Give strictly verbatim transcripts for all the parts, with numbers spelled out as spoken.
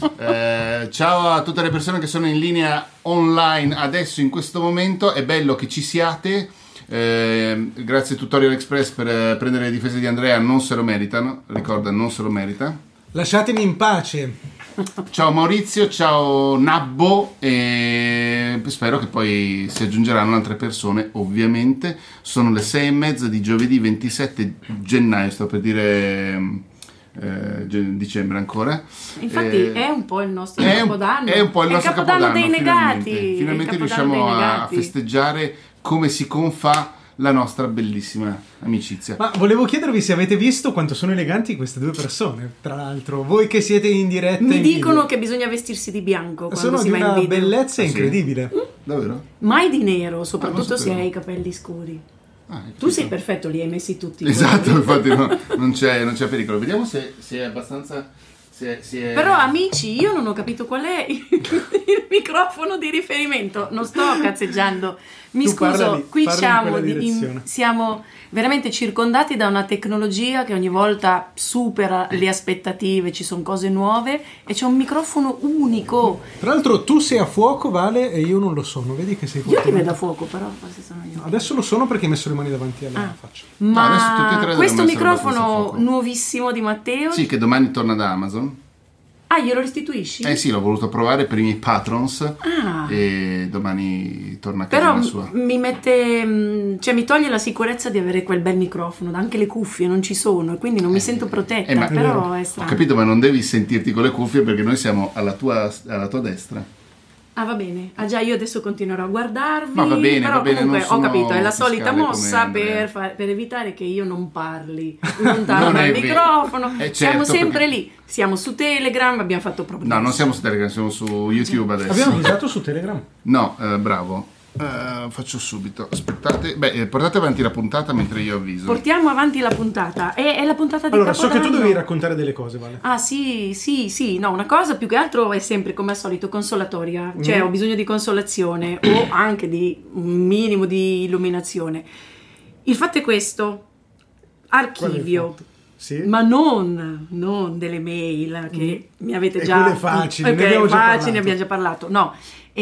Eh, ciao a tutte le persone che sono in linea online adesso in questo momento, è bello che ci siate. Eh, grazie a Tutorial Express per eh, prendere le difese di Andrea, non se lo meritano, ricorda, non se lo merita. Lasciatemi in pace. Ciao Maurizio, ciao Nabbo, e spero che poi si aggiungeranno altre persone, ovviamente. Sono le sei e mezza di giovedì ventisette gennaio, sto per dire eh, dicembre ancora. Infatti eh, è un po' il nostro è capodanno. È un po' il nostro è capodanno, capodanno dei negati. Finalmente, finalmente riusciamo a festeggiare come si confà la nostra bellissima amicizia. Ma volevo chiedervi se avete visto quanto sono eleganti queste due persone. Tra l'altro, voi che siete in diretta, mi in dicono video, che bisogna vestirsi di bianco quando sono si di va in una video. bellezza Ah, sì? incredibile. Mm? Davvero? Mai di nero, soprattutto ah, se hai i capelli scuri. Ah, tu sei perfetto, li hai messi tutti. Esatto, infatti no, non, c'è, non c'è pericolo. Vediamo se, se è abbastanza... Se, se è... Però amici, io non ho capito qual è il, il microfono di riferimento. Non sto cazzeggiando. Mi tu scuso, parlali, qui parli siamo, in in, siamo veramente circondati da una tecnologia che ogni volta supera le aspettative, ci sono cose nuove e c'è un microfono unico. Tra l'altro tu sei a fuoco, Vale, e io non lo sono. Vedi che sei Io ti vedo a fuoco, però forse sono io. Adesso lo sono perché hai messo le mani davanti alla ah. faccia. Ma no, tutti e tre questo microfono nuovissimo di Matteo? Sì, che domani torna da Amazon. Ah, glielo restituisci? Eh sì, l'ho voluto provare per i miei patrons ah. e domani torna a casa Però sua. mi mette, cioè mi toglie la sicurezza di avere quel bel microfono, anche le cuffie non ci sono e quindi non mi sento protetta, eh, ma, però è strano. Ho capito, ma non devi sentirti con le cuffie perché noi siamo alla tua, alla tua destra. Ah, va bene. Ah già, io adesso continuerò a guardarvi. Ma va bene, però va bene, comunque non ho capito, è la fiscale solita mossa per, far, per evitare che io non parli lontano dal microfono. Eh, certo, siamo sempre perché... lì. Siamo su Telegram, abbiamo fatto proprio. No, non siamo su Telegram, siamo su YouTube adesso. Abbiamo avvisato su Telegram? No, eh, bravo. Uh, faccio subito. Aspettate, beh, portate avanti la puntata mentre io avviso. Portiamo avanti la puntata. È, è la puntata di allora, Capodanno. So che tu devi raccontare delle cose, Vale. Ah, sì, sì, sì. No, una cosa più che altro è sempre come al solito consolatoria. Cioè, mm. ho bisogno di consolazione o anche di un minimo di illuminazione. Il fatto è questo: archivio. Sì. Ma non, non delle mail che mm. mi avete e già. Quelle facili, okay, ne abbiamo già facili, parlato. ne abbiamo già parlato. No.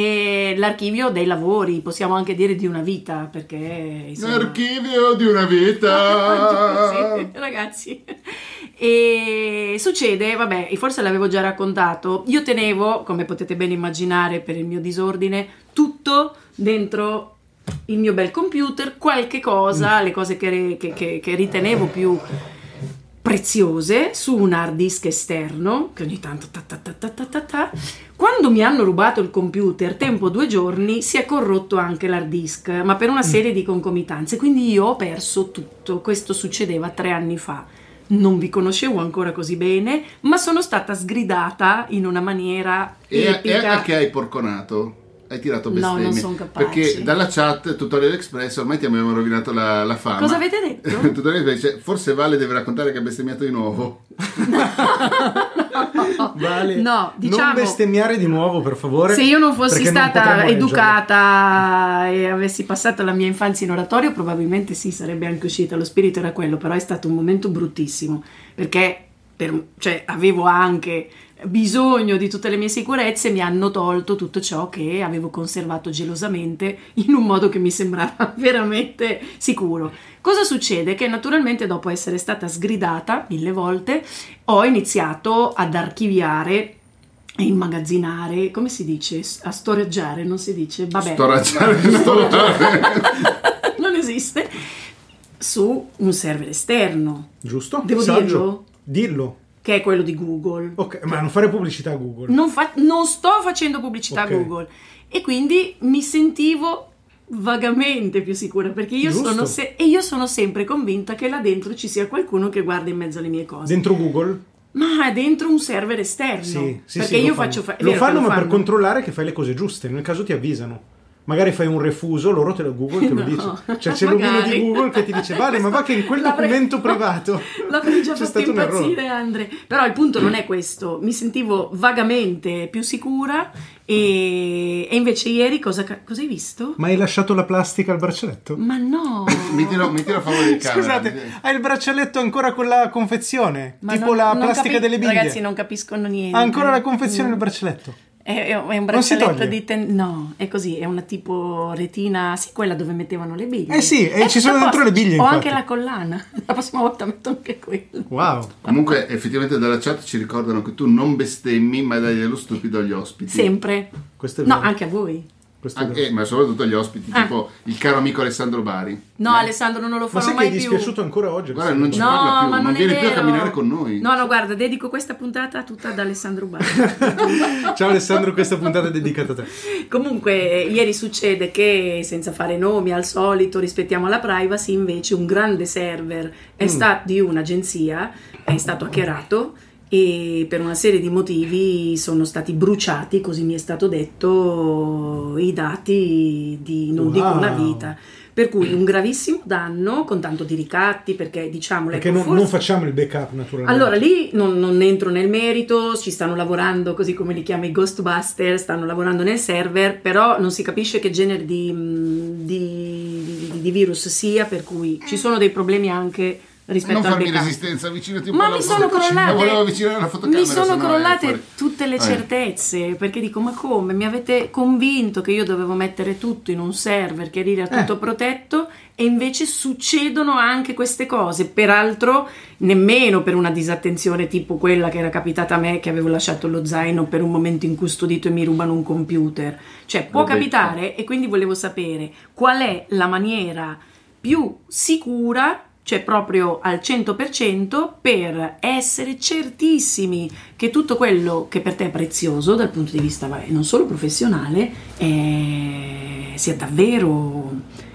E l'archivio dei lavori, possiamo anche dire di una vita, perché insomma... l'archivio di una vita. Sì, ragazzi. E succede, vabbè, forse l'avevo già raccontato, io tenevo, come potete ben immaginare per il mio disordine, tutto dentro il mio bel computer, qualche cosa, mm. le cose che, che, che, che ritenevo più preziose su un hard disk esterno che ogni tanto ta ta ta ta ta ta ta. Quando mi hanno rubato il computer, tempo due giorni, si è corrotto anche l'hard disk, ma per una serie di concomitanze, quindi io ho perso tutto. Questo succedeva tre anni fa, non vi conoscevo ancora così bene, ma sono stata sgridata in una maniera e, epica. E a che hai porconato? Hai tirato bestemmie? No, non sono capace. Perché dalla chat Tutorial Express ormai ti abbiamo rovinato la, la fama. Cosa avete detto? Tutorial Express dice, forse Vale deve raccontare che ha bestemmiato di nuovo. Vale, no, diciamo, non bestemmiare di nuovo, per favore. Se io non fossi stata non educata e avessi passato la mia infanzia in oratorio, probabilmente sì, sarebbe anche uscita. Lo spirito era quello, però è stato un momento bruttissimo, perché per, cioè, avevo anche bisogno di tutte le mie sicurezze, mi hanno tolto tutto ciò che avevo conservato gelosamente in un modo che mi sembrava veramente sicuro. Cosa succede? Che naturalmente dopo essere stata sgridata mille volte ho iniziato ad archiviare e immagazzinare, come si dice? A storaggiare, non si dice? Vabbè. Storaggiare, storaggiare. Non esiste. Su un server esterno. Giusto? Devo Saggio. dirlo? Dillo. Che è quello di Google. Ok, ma non fare pubblicità a Google. Non, fa- non sto facendo pubblicità okay. a Google. E quindi mi sentivo vagamente più sicura, perché io sono, se- e io sono sempre convinta che là dentro ci sia qualcuno che guarda in mezzo alle mie cose. Dentro Google? Ma è dentro un server esterno. Sì, sì, perché sì, io lo faccio... Fa- lo fanno, lo ma fanno. Per controllare che fai le cose giuste. Nel caso ti avvisano. magari fai un refuso, loro te lo Google te lo No, dice. Cioè c'è l'omino magari. di Google che ti dice vale, ma va che in quel L'avrei- documento privato L'avrei già c'è fatto stato un errore. impazzire, Andre. Però il punto non è questo. Mi sentivo vagamente più sicura e, e invece ieri cosa, ca- cosa hai visto? Ma hai lasciato la plastica al braccialetto? Ma no! Mettilo, mettilo a favore di camera. Scusate, hai il braccialetto ancora con la confezione? Ma tipo non- la non plastica capi- delle biglie? Ragazzi, non capiscono niente. Ha ancora la confezione Mm. del braccialetto? È, è- è un Non si braccialetto toglie? di ten- no, è così, è una tipo retina, sì, quella dove mettevano le biglie. Eh sì, e È ci sono tutto a dentro posto. le biglie, Ho infatti. anche la collana. La prossima volta metto anche quello. Wow. Comunque, effettivamente dalla chat ci ricordano che tu non bestemmi, ma dai dello stupido agli ospiti. Sempre. Questo è No, vero. anche a voi. Questo è Anche- vero. ma soprattutto agli ospiti, Ah. tipo il caro amico Alessandro Bari. No, Eh? Alessandro, non lo Ma farò sai che mai è più. dispiaciuto ancora oggi? Guarda, non ci No, parla più, ma non non è viene più a vero. camminare con noi. No, no, guarda, dedico questa puntata tutta ad Alessandro Bari. Ciao Alessandro, questa puntata è dedicata a te. Comunque, ieri succede che, senza fare nomi, al solito rispettiamo la privacy, invece un grande server è Mm. stato di un'agenzia, è stato hackerato e per una serie di motivi sono stati bruciati, così mi è stato detto, i dati di non dico Wow. una vita. Per cui un gravissimo danno con tanto di ricatti, perché diciamo... Perché ecco, non, forse- non facciamo il backup naturalmente. allora lì non, non entro nel merito, ci stanno lavorando, così come li chiama i Ghostbuster, stanno lavorando nel server, però non si capisce che genere di, mh, di- di- di virus sia, per cui ci sono dei problemi anche rispetto Non al farmi backup. resistenza, avvicinati un po' Ma alla mi sono fotocamera. crollate, Non volevo avvicinare la fotocamera. mi sono sennò è crollate fuori. tutte le Eh. certezze, perché dico, ma come? Mi avete convinto che io dovevo mettere tutto in un server che era tutto Eh. protetto e invece succedono anche queste cose, peraltro nemmeno per una disattenzione tipo quella che era capitata a me, che avevo lasciato lo zaino per un momento incustodito e mi rubano un computer. Cioè può Vabbè. capitare, e quindi volevo sapere qual è la maniera più sicura, cioè proprio al cento per cento, per essere certissimi che tutto quello che per te è prezioso dal punto di vista vabbè, non solo professionale eh, sia davvero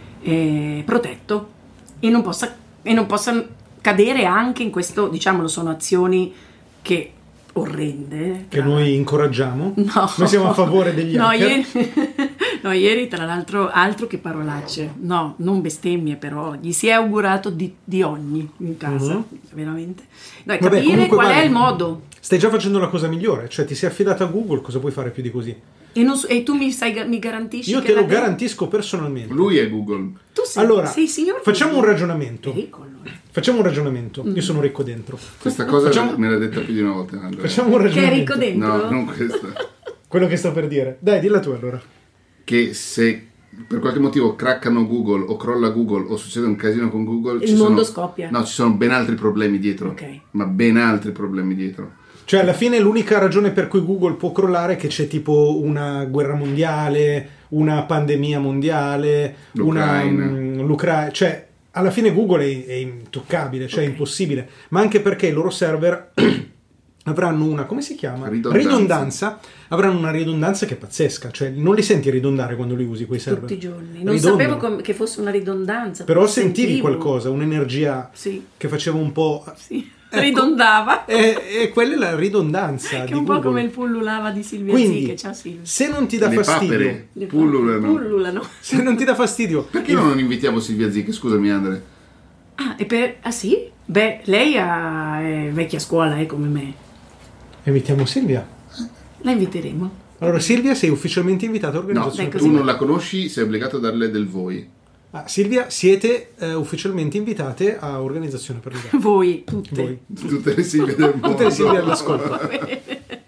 eh, protetto e non possa, e non possa cadere anche in questo, diciamolo, sono azioni che orrende. Che noi incoraggiamo. No. Noi siamo a favore degli no, hacker. ieri, no, ieri tra l'altro altro che parolacce, no, non bestemmie, però gli si è augurato di, di ogni in casa, Mhm. veramente. No, e Vabbè, capire comunque, qual è guarda, il modo. Stai già facendo la cosa migliore, cioè ti sei affidata a Google, cosa puoi fare più di così? E, non so- e tu mi, sai, mi garantisci Io che te la lo de- garantisco personalmente. Lui è Google. Tu sei, Allora, sei signor facciamo un Google. ragionamento. Ricco, allora. Facciamo un ragionamento. Mm. Io sono ricco dentro. Questa cosa Facciamo- me l'ha detta più di una volta. Andrea. Facciamo un Che è ragionamento. ricco dentro? No, non questa. Quello che sto per dire. Dai, dilla tu allora. Che se per qualche motivo craccano Google o crolla Google o succede un casino con Google, Il ci mondo sono, scoppia. No, ci sono ben altri problemi dietro. Ok. Ma ben altri problemi dietro. Cioè, alla fine l'unica ragione per cui Google può crollare è che c'è tipo una guerra mondiale, una pandemia mondiale, L'Ucraina. una mm, l'Ucraina, cioè alla fine Google è, è intoccabile, cioè è Ok. impossibile, ma anche perché i loro server avranno una, come si chiama? Ridondanza. Ridondanza. Avranno una ridondanza che è pazzesca, cioè non li senti ridondare quando li usi quei server. Tutti i giorni. Non Ridondano. sapevo com- che fosse una ridondanza. Però sentivi sentivo. qualcosa, un'energia Sì, che faceva un po'... sì. Ecco. Ridondava. E, e quella è la ridondanza Che di è un po' Google. come il pullulava di Silvia Quindi, Ziche. Ciao Silvia. se non ti dà Le fastidio, papere Le pullulano. pullulano. se non ti dà fastidio, Perché non invitiamo Silvia Zic? Scusami, Andre. Ah, e per... ah sì? Beh, lei ha- è vecchia scuola, eh, come me. invitiamo Silvia. La inviteremo. Allora, Silvia, sei ufficialmente invitata a No, organizzazione. Ecco, tu sì. non la conosci, sei obbligato a darle del voi. Ah, Silvia, siete eh, ufficialmente invitate a organizzazione per l'Italia. Voi, tutte. Voi. Tutte le Silvie del mondo. Tutte le Silvie all'ascolto. Va bene.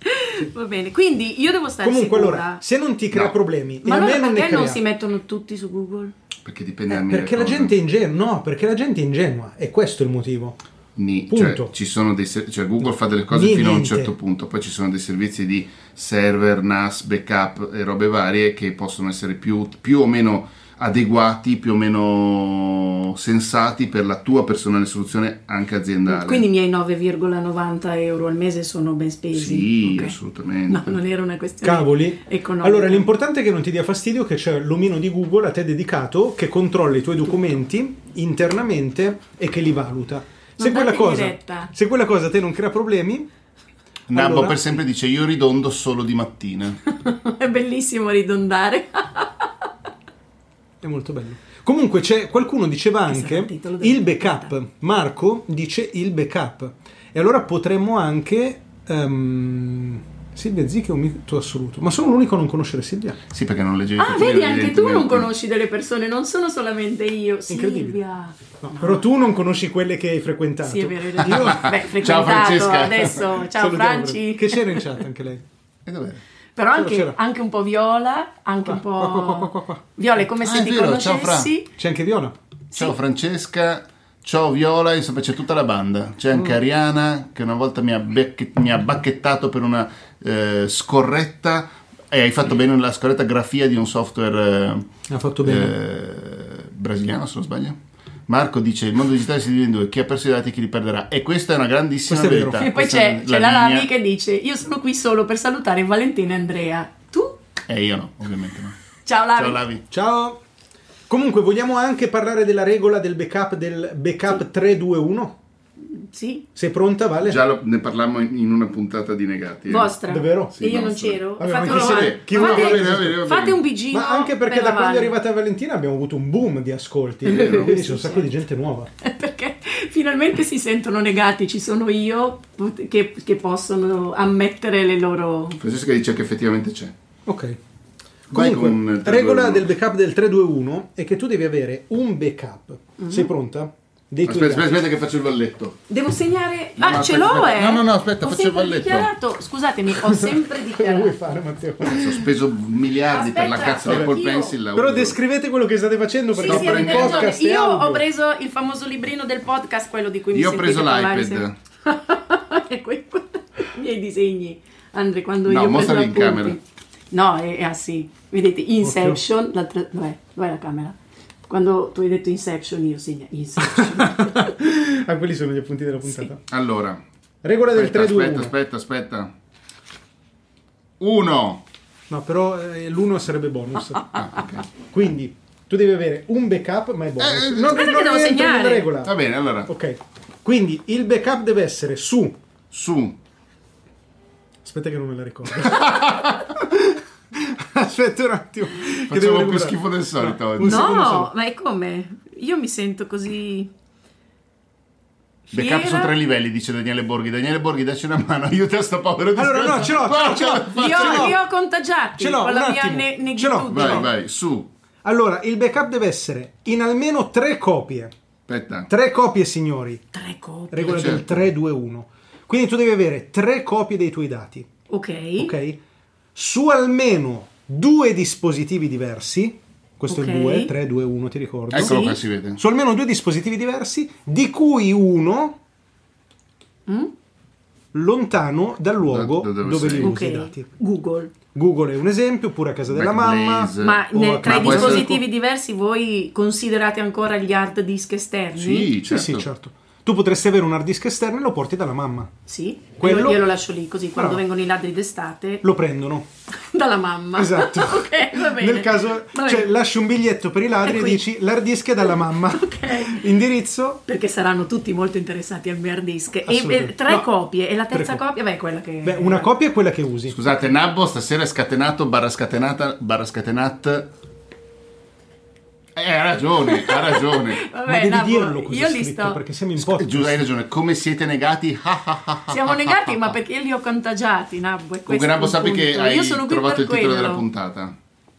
Va bene, quindi io devo stare Comunque, sicura. allora, se non ti crea No. problemi, Ma e a allora me non ne perché crea, non si mettono tutti su Google? Perché dipende da eh, mille perché la cose. gente è ingenua. No, perché la gente è ingenua. E questo è il motivo. Ni- Punto. cioè, ci sono dei ser- cioè Google fa delle cose Ni fino a un niente. certo punto, poi ci sono dei servizi di server, N A S, backup e robe varie che possono essere più, più o meno adeguati, più o meno sensati per la tua personale soluzione anche aziendale. Quindi i miei nove virgola novanta euro al mese sono ben spesi? sì, Ok. assolutamente. No, non era una questione Cavoli. economica. Allora, l'importante è che non ti dia fastidio che c'è l'omino di Google a te dedicato che controlla i tuoi documenti internamente e che li valuta. Se quella, date in cosa, diretta. se quella cosa a te non crea problemi, Nabbo allora- per sempre dice io ridondo solo di mattina. È bellissimo ridondare. È molto bello. Comunque c'è qualcuno diceva Che sarà anche il titolo della il backup. puntata. Marco dice il backup. E allora potremmo anche ehm, Silvia Zic è un mito assoluto. Ma sono l'unico a non conoscere Silvia. Sì, perché non leggevi Ah, tutti, vedi, anche tu non evidentemente. conosci delle persone, non sono solamente io. Incredibile. Silvia. No, però tu non conosci quelle che hai frequentato. Sì, è vero, hai ragione. Io- Beh, frequentato Francesca. adesso. Ciao Salutiamo, Franci. Che c'era in chat anche lei. E dov'è? Però C'era, anche, c'era. anche un po' Viola, anche un po'... Qua, qua, qua, qua, qua, qua. Viola, è come Ah, se è ti vero, ciao, conoscessi. C'è anche Viola. Ciao Sì. Francesca, ciao Viola, insomma c'è tutta la banda. C'è anche Ariana che una volta mi ha, becche- mi ha bacchettato per una eh, scorretta, e hai fatto bene la scorretta grafia di un software eh, Ha fatto bene. eh, brasiliano, se non sbaglio. Marco dice il mondo digitale si divide in due, chi ha perso i dati e chi li perderà, e questa è una grandissima Questo è vero. verità. E poi Questa c'è, è c'è la linea- Lavi che dice: io sono qui solo per salutare Valentina e Andrea. Tu? E io no, ovviamente no. Ciao Lavi. Ciao Lavi. Ciao. Comunque vogliamo anche parlare della regola del backup del backup tre due uno? Sì, Sei pronta, Vale? Già lo- ne parlammo in, in una puntata di Negati. eh. vostra. Davvero? E io Sì, non nostra. c'ero. Vabbè, fate, ma un- chi se ne- chi vuole- fate- va bene, va bene, va bene. fate un bigino. Ma anche perché per da la quando è Vale. arrivata Valentina abbiamo avuto un boom di ascolti. È vero, Quindi sì, c'è un sacco sì. di gente nuova. Perché finalmente si sentono negati, ci sono io che, che possono ammettere le loro... Francesca dice che effettivamente c'è. Ok. Vai Comunque, con il tre regola due uno. del backup del tre due uno è che tu devi avere un backup. Sei pronta? Dei tuoi Aspetta, aspetta, dati. aspetta che faccio il valletto. Devo segnare... No, ah, no, ce aspetta, l'ho, aspetta. eh! No, no, no, aspetta, Ho faccio il sempre balletto. dichiarato... Scusatemi, ho sempre Cosa vuoi dichiarato... fare, Matteo? Ho speso miliardi per la Aspetta, cazzo di vabbè. Apple Io- Pencil. la Però uso. descrivete quello che state facendo Sì, perché sì, per avete il ragione. podcast è Io ho audio. preso il famoso librino del podcast, quello di cui mi Io ho sentite preso parlare l'iPad. sempre. E que- I miei disegni, Andre, quando No, io ho preso mostrali in appunti. camera. No, è, è ah sì. Vedete, Inception, l'altra... Dov'è? Dov'è la camera? Quando tu hai detto Inception, io segno Inception. Ah, quelli sono gli appunti della puntata. Allora, Regola del aspetta, tre due aspetta, uno. aspetta, aspetta. Uno. No, però eh, l'uno sarebbe bonus. Ah, ok. Quindi tu devi avere un backup, ma è bonus. Eh, eh, non aspetta non che devo rientra segnare. nella regola. Va bene, allora. Ok. Quindi il backup deve essere su. Su. Aspetta che non me la ricordo. Aspetta un attimo. che devo Facciamo più recuperare. schifo del solito No, oggi. un secondo No, solo. ma è come? Io mi sento così... Backup fiera. su tre livelli, dice Daniele Borghi. Daniele Borghi, dacci una mano, aiuta sto povero Allora, no, ce l'ho, ce l'ho, ce l'ho. Guarda, Io, ce l'ho. io ho contagiati Ce l'ho, con un la mia attimo. ne- Ce neghitudine. l'ho. Vai, vai, su. Allora, il backup deve essere in almeno tre copie. Aspetta. Tre copie, signori. Tre copie. Regola del certo. tre due uno. Quindi tu devi avere tre copie dei tuoi dati. Ok. Ok? Su almeno due dispositivi diversi. Questo è Ok. il due, tre, due, uno, ti ricordo. Eccolo Sì. qua, si vede. Su almeno due dispositivi diversi, di cui uno Mm? lontano dal luogo Da- da dove dove sei. li usi i Ok. dati. Google. Google è un esempio, oppure a casa della mamma. Backblaze. Ma o ne- a tra i può essere- dispositivi diversi voi considerate ancora gli hard disk esterni? Sì, Sì, certo. sì, certo. Tu potresti avere un hard disk esterno e lo porti dalla mamma. Sì. Quello- Io, io lo lascio lì, così quando Bravo. vengono i ladri d'estate, Lo prendono. dalla mamma. Esatto. Ok, va bene. Nel caso, Va cioè, bene. lasci un biglietto per i ladri E e qui. dici l'hard disk è dalla mamma. Ok. Indirizzo. Perché saranno tutti molto interessati al mio hard disk. E Assolutamente. eh, tre No. copie. E la Tre terza copie. copia, beh, è quella che... Beh, una copia è quella che usi. Scusate, Nabbo stasera è scatenato, barra scatenata, barra scatenat. Eh, ha ragione, ha ragione. Vabbè, Ma devi Nabbo, dirlo così io li scritto, sto... perché siamo in Eh, podcast. Giusto, hai ragione. Come siete negati? Siamo negati, ma perché io li ho contagiati, Nabbo. è Comunque questo Nabbo il sappi che punto. hai Io sono qui trovato per il titolo quello. della puntata.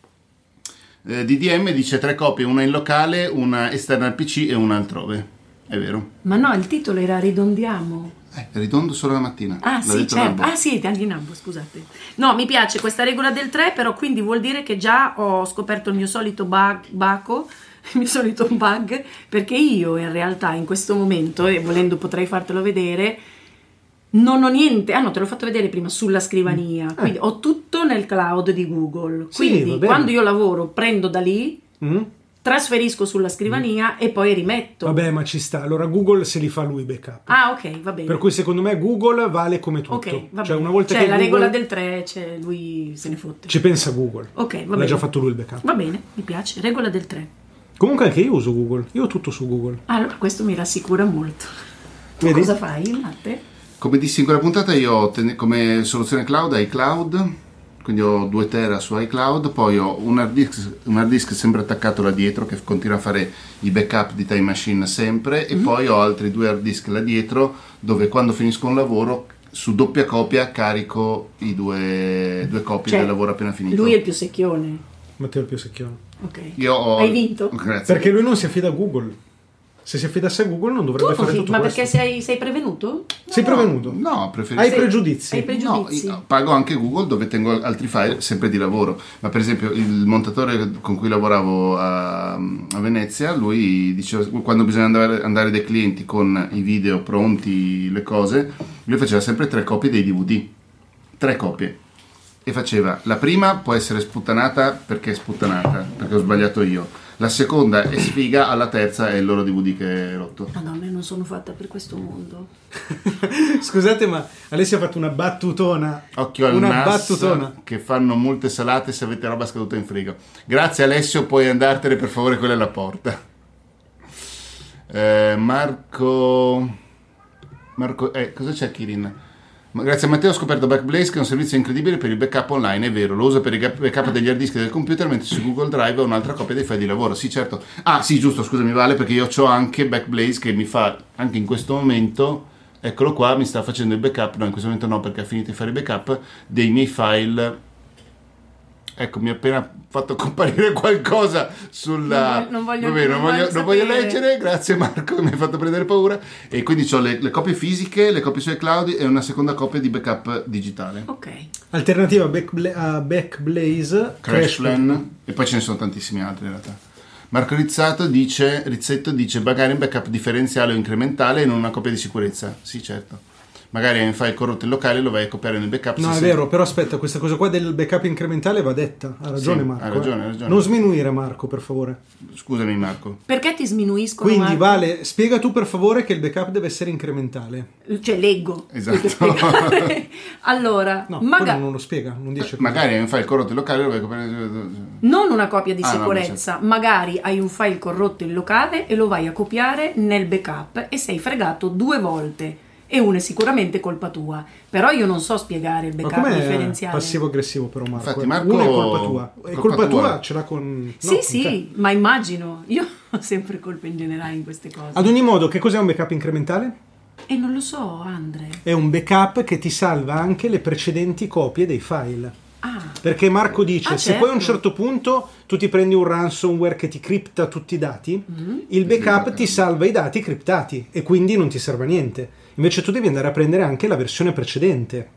Eh, D D M dice tre copie, una in locale, una esterna al P C e una altrove. È vero. Ma no, il titolo era Ridondiamo. Eh, ridondo solo la mattina. Ah L'ha sì, detto certo. Nabbo. Ah sì, anche Nabbo, scusate. No, mi piace questa regola del tre, però quindi vuol dire che già ho scoperto il mio solito bug, baco, il mio solito bug, perché io in realtà in questo momento, e volendo potrei fartelo vedere, non ho niente, ah no, te l'ho fatto vedere prima sulla scrivania, quindi ho tutto nel cloud di Google. Sì, va Quindi bene. quando io lavoro prendo da lì, Mm? trasferisco sulla scrivania e poi rimetto. Vabbè, ma ci sta. Allora Google se li fa lui i backup. Ah, ok, va bene. Per cui secondo me Google vale come tutto. Ok, va Cioè bene. una volta Cioè, che la Google regola del tre, cioè, lui se ne fotte. ci pensa Google. Ok, va L'ha bene. già fatto lui il backup. Va bene, mi piace. Regola del tre. Comunque anche io uso Google. Io ho tutto su Google. Allora, questo mi rassicura molto. Tu Vedi? cosa fai, Matte? Come dissi in quella puntata, io ho ten- come soluzione cloud iCloud, quindi ho due tera su iCloud, poi ho un hard disk, un hard disk sempre attaccato là dietro che continua a fare i backup di Time Machine sempre, e mm-hmm. poi ho altri due hard disk là dietro dove quando finisco un lavoro su doppia copia carico i due, due copie cioè, del lavoro appena finito. Lui è il più secchione. Matteo è il più secchione. Ok. Io ho... Hai vinto? Grazie. Perché lui non si affida a Google. Se si affidasse a Google non dovrebbe Tu fare sì, tutto ma questo. perché sei, sei prevenuto? Sei prevenuto? No, preferisco... Hai pregiudizi? Hai pregiudizi? No, io pago anche Google dove tengo altri file sempre di lavoro, ma per esempio il montatore con cui lavoravo a, a Venezia, lui diceva quando bisogna andare, andare dai clienti con i video pronti, le cose, lui faceva sempre tre copie dei D V D, tre copie, e faceva la prima può essere sputtanata perché è sputtanata, perché ho sbagliato io. La seconda è sfiga, alla terza è il loro D V D che è rotto. Madonna, io non sono fatta per questo mondo. Scusate, ma Alessia ha fatto una battutona. Occhio al una N A S battutona. che fanno molte salate se avete roba scaduta in frigo. Grazie Alessio, puoi andartene per favore, quella è la porta. Eh, Marco... Marco... Eh, cosa c'è Kirin? Ma grazie a Matteo ho scoperto Backblaze, che è un servizio incredibile per il backup online, è vero, lo uso per i backup degli hard disk del computer, mentre su Google Drive ho un'altra copia dei file di lavoro. Sì, certo. Ah, sì, giusto, scusami Vale, perché io ho anche Backblaze che mi fa, anche in questo momento, eccolo qua, mi sta facendo il backup, no, in questo momento no, perché ha finito di fare i backup dei miei file. Ecco, mi ha appena fatto comparire qualcosa sulla... Non voglio, Vabbè, non non voglio, voglio non voglio sapere. leggere, grazie Marco, mi hai fatto prendere paura. E quindi ho le, le copie fisiche, le copie su iCloud e una seconda copia di backup digitale. Ok. Alternativa a, Backbla- a Backblaze, Crashplan, e poi ce ne sono tantissimi altri in realtà. Marco Rizzato dice, Rizzetto dice, magari un backup differenziale o incrementale e non una copia di sicurezza. Sì, certo. Magari hai un file corrotto in locale, lo vai a copiare nel backup. No, se è sei- vero, però aspetta, questa cosa qua del backup incrementale va detta. Ha ragione Sì, Marco. hai ragione, eh. hai ragione. Non sminuire Marco, per favore. Scusami Marco. Perché ti sminuiscono? Quindi Marco? Vale, spiega tu per favore che il backup deve essere incrementale. Cioè, leggo. Esatto. Allora, No, maga- quello non lo spiega, non dice così. Magari hai un file corrotto in locale, lo vai a copiare. non una copia di Ah, no, sicurezza, magari hai un file corrotto in locale e lo vai a copiare nel backup e sei fregato due volte. E una è sicuramente colpa tua. Però io non so spiegare il Ma backup com'è differenziale. passivo-aggressivo però Marco? Infatti, eh? Marco- Una è colpa tua. E colpa colpa tua tua. ce l'ha con... no, Sì, con sì, te. ma immagino. Io ho sempre colpa in generale in queste cose. Ad ogni modo, che cos'è un backup incrementale? E non lo so, Andre. È un backup che ti salva anche le precedenti copie dei file. Ah, Perché Marco dice, Ah, se poi a un certo. certo punto tu ti prendi un ransomware che ti cripta tutti i dati, Mm-hmm. il backup ti salva i dati criptati e quindi non ti serve a niente. Invece tu devi andare a prendere anche la versione precedente.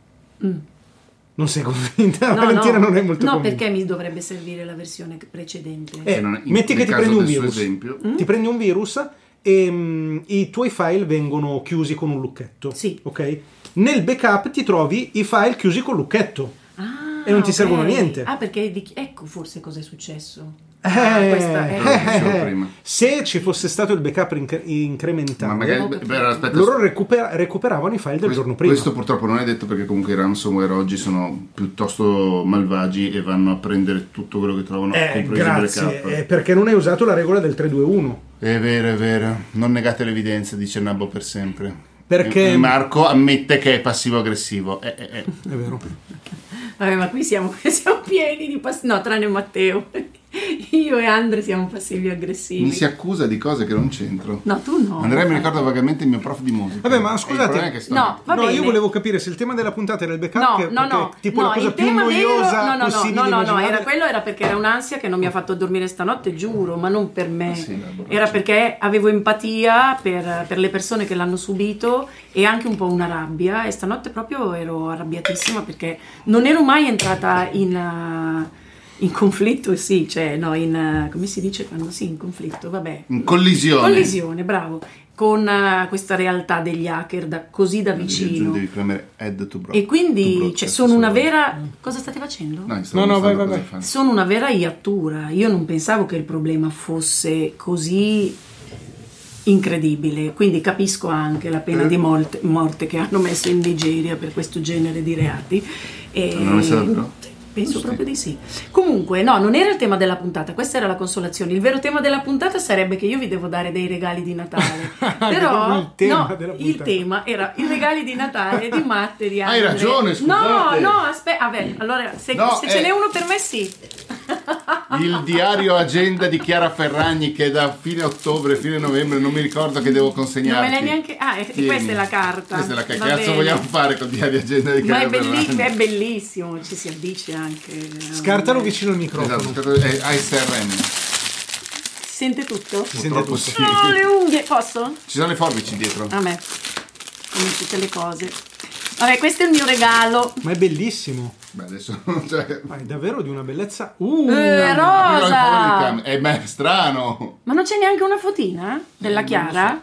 Non sei convinta? no, Valentina no, non è molto no, convinta. perché mi dovrebbe servire la versione precedente? Eh, non è- in- metti che nel ti caso prendi un del suo virus. esempio. Mm? Ti prendi un virus e mm, i tuoi file vengono chiusi con un lucchetto. Sì. Ok? Nel backup ti trovi i file chiusi col lucchetto. Ah, E non ti ok. servono a niente. Ah, perché di- ecco forse cosa è successo. Eh, Ah, questa è- Quello che dicevo prima. Se ci fosse stato il backup incre- incrementale, Ma magari, ho beh, capito. aspetta, loro recupera- recuperavano i file del questo, giorno prima. questo purtroppo non è detto, perché comunque i ransomware oggi sono piuttosto malvagi e vanno a prendere tutto quello che trovano, Eh, compreso il grazie, backup. eh, perché non hai usato la regola del tre due uno. È vero, è vero. Non negate l'evidenza, dice Nabbo per sempre. Perché- E Marco ammette che è passivo-aggressivo. Eh, eh, eh. È vero. Vabbè, ma qui siamo, siamo pieni di passivi. No, tranne Matteo. Io e Andre siamo passivi aggressivi. Mi si accusa di cose che non c'entro. No, tu no. Andrea mi ricorda vagamente il mio prof di musica. Vabbè, ma E il scusate- problema è che sto- No, va no, bene. io volevo capire se il tema della puntata era il backup, No, che- no, perché no, tipo no, la cosa il più tema noiosa vero, no, no, no, possibile no, no, no, immaginare. era quello, era perché era un'ansia che non mi ha fatto dormire stanotte, giuro, ma non per me. Ah, sì, la borraccia. Era perché avevo empatia per, per le persone che l'hanno subito e anche un po' una rabbia, e stanotte proprio ero arrabbiatissima perché non ero mai entrata in, uh, in conflitto, sì, cioè no, in uh, come si dice quando sì, in conflitto, vabbè. In collisione. Collisione, bravo, con uh, questa realtà degli hacker da, così da Devi, vicino. devi premere add to block. E To quindi block, cioè, cazzo, sono una solo. vera... Cosa state facendo? No, stavo No, no, vai, mostrando vai, cosa vai. fanno. Sono una vera iattura. Io non pensavo che il problema fosse così incredibile. Quindi capisco anche la pena Eh. di morte, morte che hanno messo in Nigeria per questo genere di reati. E... L'hanno messa davvero? Penso proprio di sì. Comunque, no, non era il tema della puntata, questa era la consolazione. Il vero tema della puntata sarebbe che io vi devo dare dei regali di Natale. Però il tema no, della il puntata. tema era i regali di Natale di Matte, di Hai Andre. ragione, scusate. No, no, aspetta, vabbè, allora se, No, se eh. ce n'è uno per me sì. Il diario agenda di Chiara Ferragni che da fine ottobre, fine novembre, non mi ricordo che devo Non consegnarti. me l'hai neanche... Ah, e Tieni. questa è la carta. Questa è la carta. Va Che cazzo bene. vogliamo fare col diario agenda di Ma Chiara è, belli- Ferragni? è bellissimo, ci si addice anche. Scartalo vicino al microfono. Esatto, è A S R M. Si sente tutto? Si sente Purtroppo tutto. sì. No, le unghie, posso? Ci sono le forbici dietro. A me, come tutte le cose. Vabbè, questo è il mio regalo. Ma è bellissimo. Beh, adesso cioè, Ma è davvero di una bellezza. Uh, Eh, aprirò il favore di rosa! cam- Eh, ma è strano. Ma non c'è neanche una fotina della Eh, Chiara?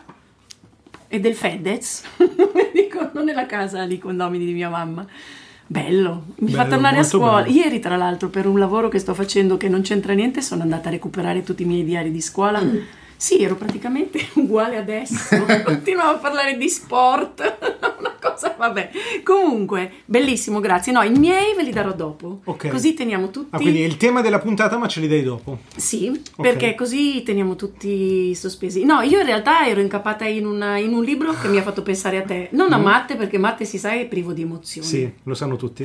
E del Fedez? Dico, non è la casa di condomini di mia mamma. Bello, mi fa Bello, tornare a molto scuola. bello. Ieri, tra l'altro, per un lavoro che sto facendo che non c'entra niente, sono andata a recuperare tutti i miei diari di scuola. Sì, ero praticamente uguale adesso. Continuavo a parlare di sport. Una cosa, vabbè. Comunque, bellissimo, grazie. No, i miei ve li darò dopo. Ok. Così teniamo tutti. Ah, quindi è il tema della puntata, ma ce li dai dopo. Sì, Ok. perché così teniamo tutti sospesi. No, io in realtà ero incappata in, una- in un libro che mi ha fatto pensare a te. Non a Matte, perché Matte si sa è privo di emozioni. Sì, lo sanno tutti.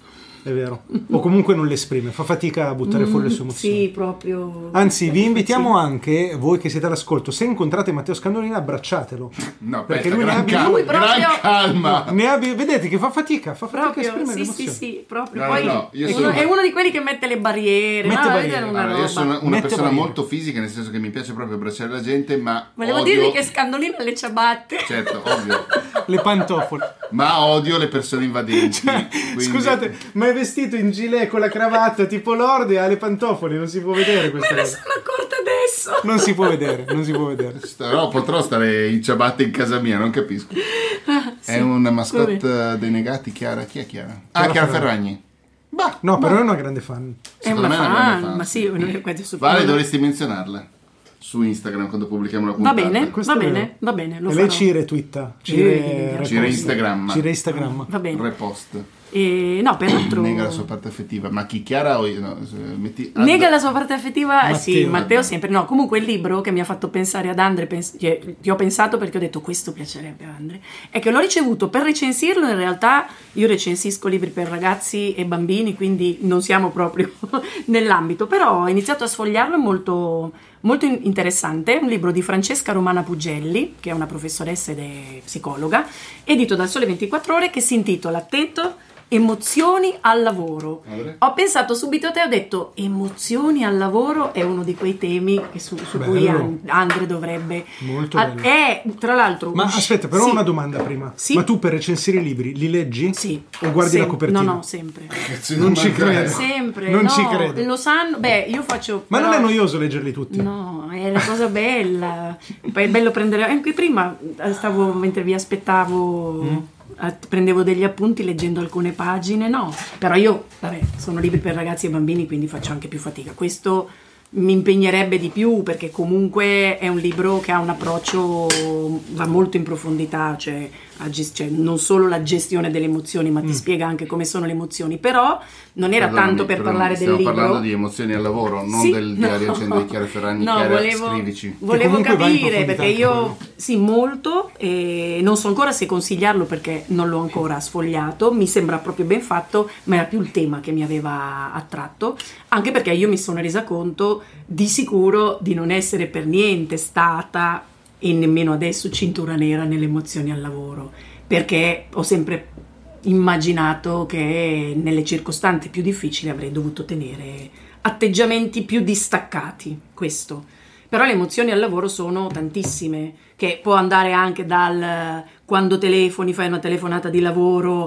È vero. O comunque non le esprime, fa fatica a buttare fuori le sue emozioni. Sì, proprio. Anzi, vi invitiamo anche, voi che siete all'ascolto, se incontrate Matteo Scandolini, abbracciatelo. No, Perché aspetta, lui ne gran, ha calma, Lui proprio- gran calma. Ne ha, vedete che fa fatica, fa fatica a Proprio, esprimere sì, sì, l'emozione. sì, proprio. No, Poi no, io è, sono- uno, è uno di quelli che mette le barriere. Mette no, barriere. è una Allora, io roba. sono una Mette persona barriere. molto fisica, nel senso che mi piace proprio abbracciare la gente, ma Volevo odio... dirvi che Scandolino ha le ciabatte. Certo, ovvio. Le pantofole. Ma odio le persone invadenti. quindi- Scusate, ma è vestito in gilet con la cravatta tipo Lord e ha le pantofole, non si può vedere Me questa ne cosa. sono accorta adesso. Non si può vedere, non si può vedere. Però potrò stare in ciabatte in casa mia, non capisco. Ah, sì. È una mascotte Vabbè. dei negati, Chiara. Chi è Chiara? Chiara Ah, Chiara Ferragni. Ferragni. Bah, No, però è una grande fan. È secondo una me è una fan, grande fan, ma sì. sì, noi- adesso- Vale, dovresti menzionarla su Instagram quando pubblichiamo la Va puntata. bene, Questo va è bene, vero. va bene, lo e lei farò. ci retwitta, ci, Sì, re- ci Ci reposta. reinstagramma. Ci reinstagramma. Va bene. Repost. E, no, peraltro... Nega la sua parte affettiva. Ma chi Chiara o io? No, se- metti... Nega la sua parte affettiva? Matteo. Sì, Matteo sempre. No, comunque il libro che mi ha fatto pensare ad Andre, pens- che ti ho pensato perché ho detto questo piacerebbe a Andre, è che l'ho ricevuto per recensirlo. In realtà io recensisco libri per ragazzi e bambini, quindi non siamo proprio nell'ambito, però ho iniziato a sfogliarlo, è molto, molto in- interessante. È un libro di Francesca Romana Pugelli, che è una professoressa ed è psicologa, edito dal Sole ventiquattro Ore, che si intitola, attento, Emozioni al lavoro. Allora? Ho pensato subito a te, ho detto emozioni al lavoro è uno di quei temi che su, su cui Bello. An- Andre dovrebbe... Molto Ah, bello. è, tra l'altro... Ma usci- aspetta, però sì. ho una domanda prima. Sì. Ma tu per recensire i libri li leggi? Sì. O guardi Sem- la copertina? No, no, sempre. Non ci credo. Sempre. Non no, ci credo. Lo sanno... Beh, io faccio... Ma non però- è noioso leggerli tutti? No, è la cosa bella. Poi è bello prendere. Anche prima eh, stavo mentre vi aspettavo. Mm. eh, Prendevo degli appunti leggendo alcune pagine. No, però io, vabbè, sono libri per ragazzi e bambini, quindi faccio anche più fatica. Questo mi impegnerebbe di più perché comunque è un libro che ha un approccio, va molto in profondità, cioè, a gest- cioè non solo la gestione delle emozioni, ma ti spiega anche come sono le emozioni. Però non era Perdonami, tanto per perdonami, parlare del stiamo libro. parlando di emozioni al lavoro, non Sì, del diario no. agenda di Chiara Ferragni. No, Chiara, volevo, scrivici. volevo comunque va in capire profondità perché anche io quello. sì, molto, e non so ancora se consigliarlo perché non l'ho ancora sfogliato, mi sembra proprio ben fatto, ma era più il tema che mi aveva attratto, anche perché io mi sono resa conto di sicuro di non essere per niente stata e nemmeno adesso cintura nera nelle emozioni al lavoro, perché ho sempre immaginato che nelle circostanze più difficili avrei dovuto tenere atteggiamenti più distaccati, questo. Però le emozioni al lavoro sono tantissime, che può andare anche dal quando telefoni, fai una telefonata di lavoro,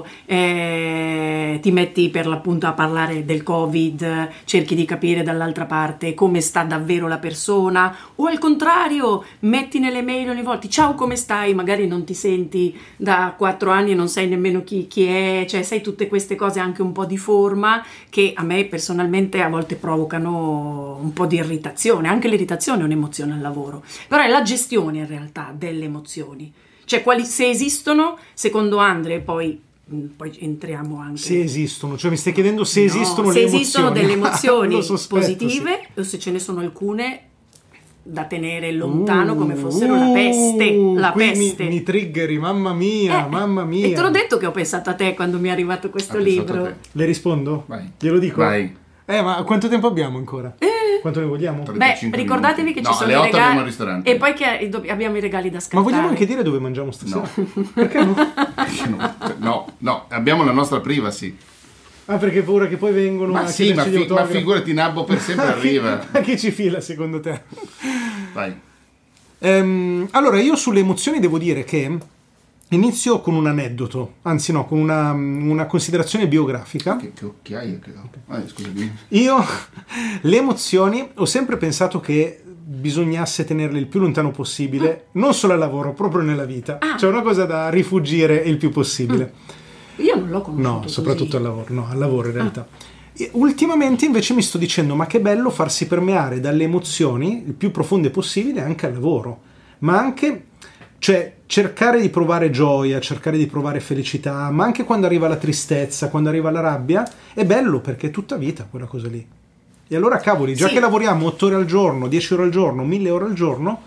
eh, ti metti per l'appunto a parlare del Covid, cerchi di capire dall'altra parte come sta davvero la persona, o al contrario, metti nelle mail ogni volta, ciao come stai, magari non ti senti da quattro anni e non sai nemmeno chi, chi è, cioè sai tutte queste cose anche un po' di forma che a me personalmente a volte provocano un po' di irritazione, anche l'irritazione è un'emozione al lavoro, però è la gestione in realtà delle emozioni. Cioè, quali, se esistono, secondo Andre, poi poi entriamo anche... Se esistono, cioè mi stai chiedendo se No, esistono se le esistono emozioni. delle emozioni Lo sospetto, positive sì. o se ce ne sono alcune da tenere lontano come fossero la Uh, peste, la qui peste. Mi, mi triggeri, mamma mia, Eh, mamma mia. E te l'ho detto che ho pensato a te quando mi è arrivato questo Ha pensato a libro. te. Le rispondo? Vai. Glielo dico? Vai. Eh, ma quanto tempo abbiamo ancora? Quanto ne vogliamo? Tre. Beh, trentacinque ricordatevi minuti. che No, ci sono alle i otto abbiamo il regali ristorante. e poi che do- abbiamo i regali da Ma scattare. vogliamo anche dire dove mangiamo stasera? Perché no? No, no, no, abbiamo la nostra privacy. Ah, perché hai paura che poi vengono Ma a sì, ma, chiederci fi- gli ma autografi? figurati, Nabbo per sempre arriva. Ma chi ci fila secondo te? Vai. Ehm, allora, io sulle emozioni devo dire che inizio con un aneddoto, anzi no, con una, una considerazione biografica. Che, che occhiaie che ho. Vai, scusami. Io le emozioni ho sempre pensato che bisognasse tenerle il più lontano possibile, non solo al lavoro, proprio nella vita. Ah. C'è una cosa da rifugire il più possibile. Io non l'ho conosciuto No, così. soprattutto al lavoro, no, al lavoro in realtà. E ultimamente invece mi sto dicendo, ma che bello farsi permeare dalle emozioni il più profonde possibile anche al lavoro, ma anche, cioè, cercare di provare gioia, cercare di provare felicità, ma anche quando arriva la tristezza, quando arriva la rabbia, è bello perché è tutta vita quella cosa lì. E allora cavoli, già Sì. che lavoriamo otto ore al giorno, dieci ore al giorno, mille ore al giorno,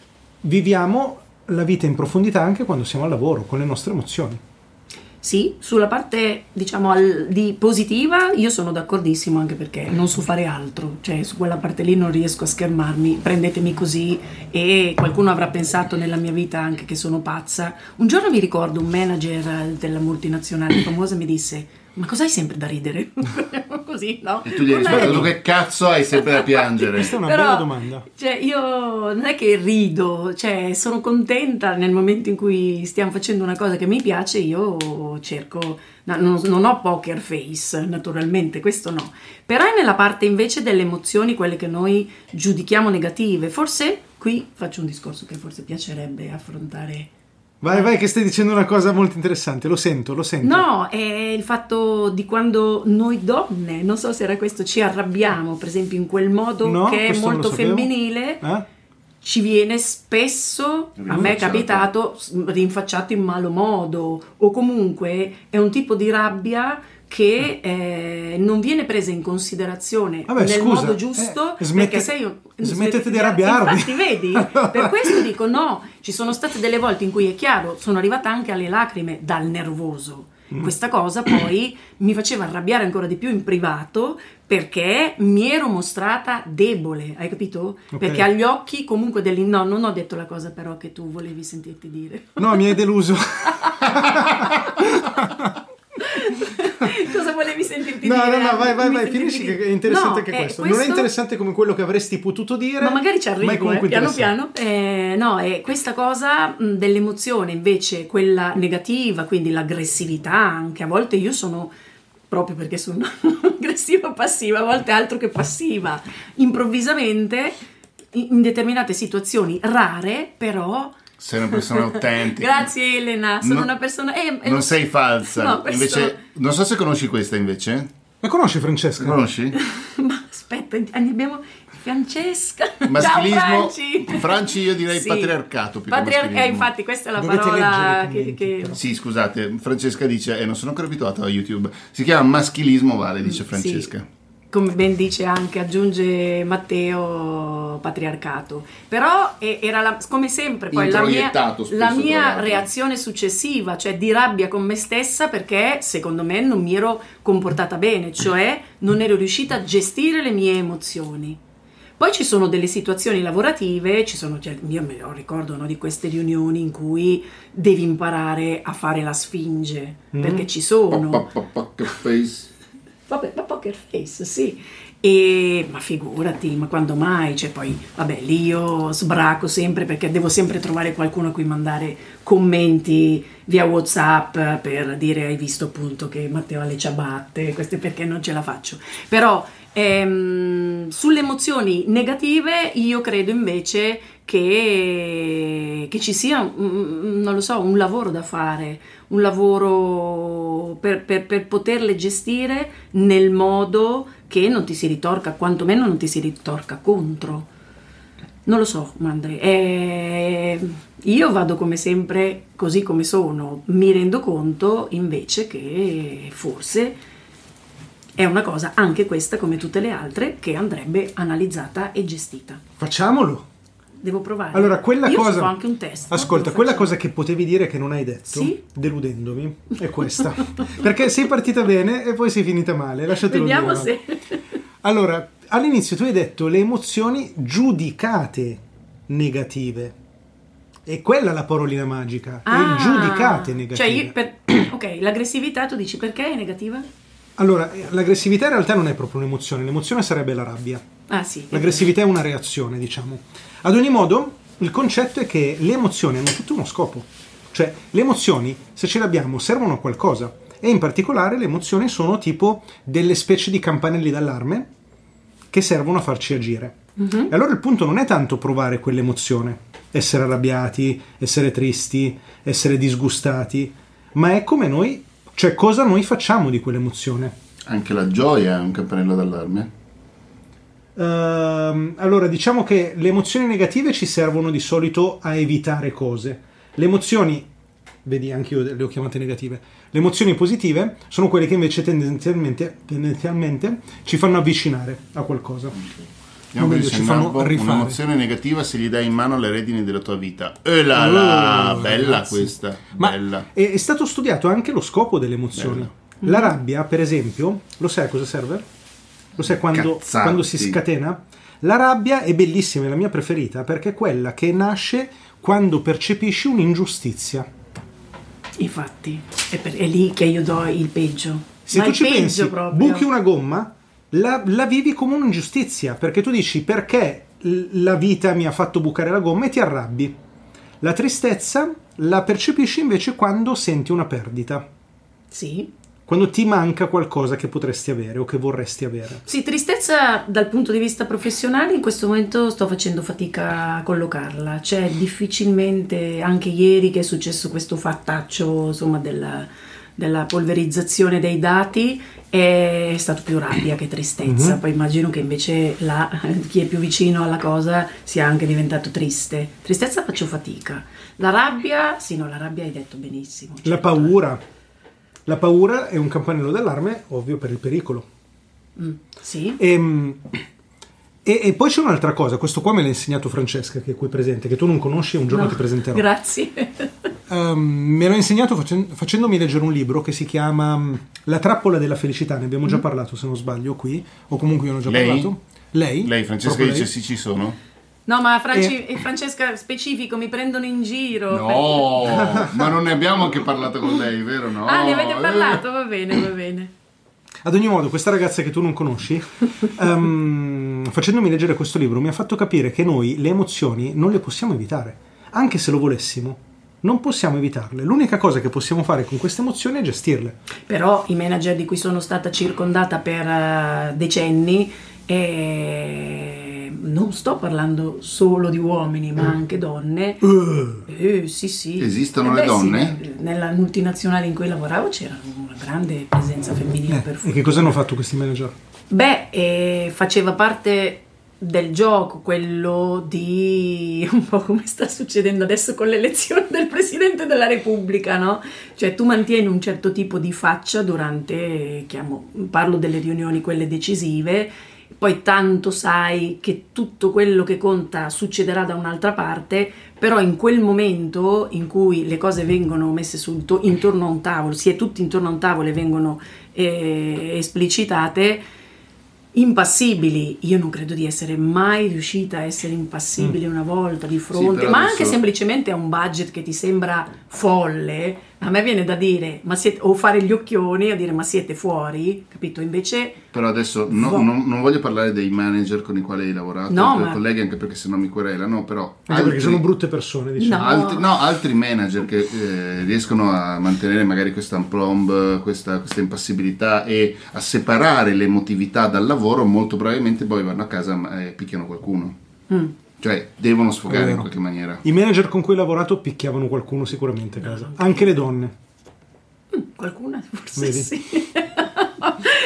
viviamo la vita in profondità anche quando siamo al lavoro, con le nostre emozioni. Sì, sulla parte diciamo al- di positiva io sono d'accordissimo, anche perché non so fare altro, cioè su quella parte lì non riesco a schermarmi, prendetemi così. E qualcuno avrà pensato nella mia vita anche che sono pazza. Un giorno mi ricordo un manager della multinazionale famosa mi disse: ma cos'hai sempre da ridere? Così, no? E tu gli hai Una- risposto, tu che cazzo hai sempre da piangere? Questa è una Però, bella domanda. Cioè, io non è che rido, cioè sono contenta nel momento in cui stiamo facendo una cosa che mi piace, io cerco, no, non, non ho poker face, naturalmente, questo no. Però è nella parte invece delle emozioni, quelle che noi giudichiamo negative. Forse qui faccio un discorso che forse piacerebbe affrontare. Vai, vai, che stai dicendo una cosa molto interessante, lo sento, lo sento. No, è il fatto di quando noi donne, non so se era questo, ci arrabbiamo, per esempio in quel modo No, che è questo non lo molto sapevo. femminile, Eh? ci viene spesso, a me è Rinfacciato. capitato, s- rinfacciato in malo modo, o comunque è un tipo di rabbia che eh, non viene presa in considerazione Vabbè, nel scusa, modo giusto, eh, smette- perché sei un, smettete di arrabbiarvi. Infatti, vedi, per questo dico no, ci sono state delle volte in cui è chiaro, sono arrivata anche alle lacrime dal nervoso. Mm. Questa cosa poi mi faceva arrabbiare ancora di più in privato perché mi ero mostrata debole, hai capito? Ok. Perché agli occhi comunque degli... No, non ho detto la cosa però che tu volevi sentirti dire. No, mi hai deluso. Cosa volevi sentirti No, dire? no, no, vai, vai, Mi vai, sentirti finisci dire? che è interessante No, anche eh, questo. Non è interessante come quello che avresti potuto dire, Ma magari ci ma è arrivo, eh, comunque piano interessante. piano. Eh, no, è questa cosa mh, dell'emozione, invece quella negativa, quindi l'aggressività anche. A volte io sono, proprio perché sono aggressiva passiva, a volte altro che passiva, improvvisamente, in, in determinate situazioni rare, però... Sei una persona autentica. Grazie Elena, sono No- una persona... Eh, eh, Non sei falsa. No, questo- Invece, non so se conosci questa invece. Ma conosci Francesca? Conosci? Ma aspetta, ne abbiamo Francesca. Maschilismo. Ciao, Franci. Franci, io direi Sì. patriarcato più che Patriar- maschilismo. eh, infatti questa è la Dovete parola leggere i che, commenti, che- però. Sì, scusate, Francesca dice, e non sono ancora abituato a YouTube, si chiama maschilismo, vale, dice Francesca. Sì. Come ben dice anche, aggiunge Matteo, patriarcato. Però eh, era la- come sempre poi la mia, Introiettato spesso, la tra mia l'altro. reazione successiva, cioè di rabbia con me stessa, perché secondo me non mi ero comportata bene, cioè non ero riuscita a gestire le mie emozioni. Poi ci sono delle situazioni lavorative, ci sono, cioè, io me lo ricordo, no, di queste riunioni in cui devi imparare a fare la sfinge, perché ci sono. Pa, pa, pa, poker face. Vabbè, ma poker face, sì. E, ma figurati, ma quando mai? Cioè, poi, vabbè, lì io sbraco sempre perché devo sempre trovare qualcuno a cui mandare commenti via WhatsApp per dire hai visto appunto che Matteo ha le ciabatte, questo è perché non ce la faccio. Però ehm, sulle emozioni negative io credo invece che, che ci sia, mm, non lo so, un lavoro da fare, un lavoro per, per, per poterle gestire nel modo che non ti si ritorca, quantomeno non ti si ritorca contro. Non lo so, Mandri. Eh, io vado come sempre così come sono. Mi rendo conto invece che forse è una cosa, anche questa come tutte le altre, che andrebbe analizzata e gestita. Facciamolo. Devo provare. Allora, quella Io cosa. fa anche un test. Ascolta, Lo quella facciamo. cosa che potevi dire che non hai detto, Sì? deludendomi, è questa. Perché sei partita bene e poi sei finita male. Lasciatelo Vediamo dire. se. Allora, all'inizio tu hai detto le emozioni giudicate negative. E quella è la parolina magica. Ah, e giudicate negative. Cioè, io per- ok, l'aggressività tu dici perché è negativa? Allora, l'aggressività in realtà non è proprio un'emozione, l'emozione sarebbe la rabbia. Ah, sì. L'aggressività è una reazione, diciamo. Ad ogni modo, il concetto è che le emozioni hanno tutto uno scopo. Cioè, le emozioni, se ce le abbiamo, servono a qualcosa. E in particolare le emozioni sono tipo delle specie di campanelli d'allarme che servono a farci agire. Mhm. E allora il punto non è tanto provare quell'emozione, essere arrabbiati, essere tristi, essere disgustati, ma è come noi, cioè cosa noi facciamo di quell'emozione. Anche la gioia è un campanello d'allarme. Ehm, allora, diciamo che le emozioni negative ci servono di solito a evitare cose. Le emozioni, vedi, anche io le ho chiamate negative. Le emozioni positive sono quelle che invece tendenzialmente, tendenzialmente ci fanno avvicinare a qualcosa. Abbiamo meglio, visto ci il fanno Nabbo, rifare. un'emozione negativa se gli dai in mano le redini della tua vita. E là là, Oh, bella ragazzi. questa, Ma bella. è, è stato studiato anche lo scopo delle emozioni. Bella. La rabbia, per esempio, lo sai a cosa serve? Lo sai quando, Cazzarti. quando si scatena? La rabbia è bellissima, è la mia preferita, perché è quella che nasce quando percepisci un'ingiustizia. Infatti, è, per- è lì che io do il peggio. Se Ma tu il ci peggio pensi, proprio. buchi una gomma, la, la vivi come un'ingiustizia, perché tu dici perché l- la vita mi ha fatto bucare la gomma e ti arrabbi. La tristezza la percepisci invece quando senti una perdita, Sì. quando ti manca qualcosa che potresti avere o che vorresti avere. Sì, tristezza dal punto di vista professionale in questo momento sto facendo fatica a collocarla, cioè difficilmente, anche ieri che è successo questo fattaccio insomma della, della polverizzazione dei dati, è stato più rabbia che tristezza, Mhm. poi immagino che invece là, chi è più vicino alla cosa sia anche diventato triste. Tristezza faccio fatica, la rabbia, sì no, la rabbia hai detto benissimo. La certo. paura. La paura è un campanello d'allarme, ovvio, per il pericolo. Mm, sì. E, e, e poi c'è un'altra cosa, questo qua me l'ha insegnato Francesca, che è qui presente, che tu non conosci e un giorno No, ti presenterò. Grazie. Um, me l'ha insegnato facen- facendomi leggere un libro che si chiama um, La trappola della felicità, ne abbiamo già parlato se non sbaglio qui, o comunque io ne ho già Lei? parlato. Lei? Lei, Francesca, Proprio dice lei? sì, ci sono. No, ma Franci- e Francesca specifico, mi prendono in giro. No, ma non ne abbiamo anche parlato con lei, vero? No. Ah, ne avete Eh. parlato? Va bene, va bene. Ad ogni modo, questa ragazza che tu non conosci, um, facendomi leggere questo libro, mi ha fatto capire che noi le emozioni non le possiamo evitare, anche se lo volessimo. Non possiamo evitarle. L'unica cosa che possiamo fare con queste emozioni è gestirle. Però i manager di cui sono stata circondata per eh, decenni, eh, non sto parlando solo di uomini, ma anche donne. Uh, Eh, sì, sì. Esistono Eh le beh, donne? sì, nella multinazionale in cui lavoravo c'era una grande presenza femminile, eh, per e fortuna. che cosa hanno fatto questi manager? Beh, eh, faceva parte del gioco quello di un po' come sta succedendo adesso con l'elezione del Presidente della Repubblica, no? Cioè tu mantieni un certo tipo di faccia durante, chiamo, parlo delle riunioni quelle decisive, poi tanto sai che tutto quello che conta succederà da un'altra parte, però in quel momento in cui le cose vengono messe sul to- intorno a un tavolo, si è tutti intorno a un tavolo e vengono eh, esplicitate, impassibili. Io non credo di essere mai riuscita a essere impassibile una volta di fronte, però ma adesso- anche semplicemente a un budget che ti sembra folle. A me viene da dire, ma siete, o fare gli occhioni a dire ma siete fuori, capito? Invece Però adesso no- Vo- non, non voglio parlare dei manager con i quali hai lavorato, No, i ma- colleghi, anche perché sennò mi querelano, però Anche perché sono brutte persone, diciamo. No. altri, no, altri manager che eh, riescono a mantenere magari questa aplomb, questa, questa impassibilità e a separare l'emotività dal lavoro, molto probabilmente poi vanno a casa e picchiano qualcuno. mm, Cioè devono sfogare È in vero. qualche maniera. I manager con cui ho lavorato picchiavano qualcuno sicuramente a casa, anche le donne. qualcuna forse Vedi? sì.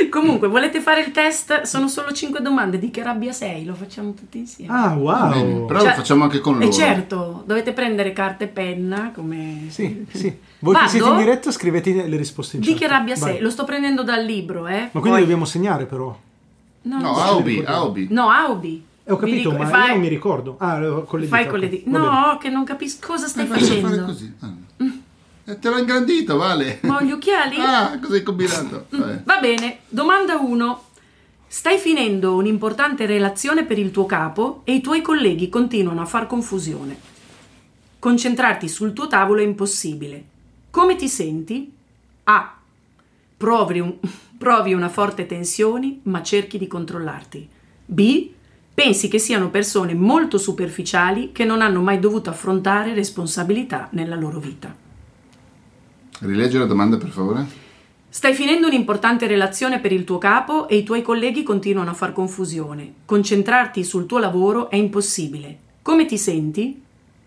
Comunque, volete fare il test? Sono solo cinque domande. Di che rabbia sei? Lo facciamo tutti insieme. Ah, wow. Bene, però Cioè- lo facciamo anche con loro. E certo, dovete prendere carta e penna come... Sì, sì. Voi Vado? che siete in diretta scrivete le risposte in Di chat. che rabbia Vai. sei? Lo sto prendendo dal libro, eh. Ma quindi Poi- dobbiamo segnare però. No, No, no, Aubi, Aubi. no, Aubi. Eh, ho Vi capito, dico- ma fai- io non mi ricordo. Ah, con le dita. Fai con le ok. dita. Va bene. No, che non capisco cosa stai Eh, faccio fare facendo. così. Ah. Eh, te l'ho ingrandito, Vale. Ma ho gli occhiali? Ah, cosa hai combinato? Vabbè. Va bene, domanda uno. Stai finendo un'importante relazione per il tuo capo e i tuoi colleghi continuano a far confusione. Concentrarti sul tuo tavolo è impossibile. Come ti senti? A. Provi, un- provi una forte tensione, ma cerchi di controllarti. B. Pensi che siano persone molto superficiali che non hanno mai dovuto affrontare responsabilità nella loro vita. Rileggi la domanda, per favore. Stai finendo un'importante relazione per il tuo capo e i tuoi colleghi continuano a far confusione. Concentrarti sul tuo lavoro è impossibile. Come ti senti?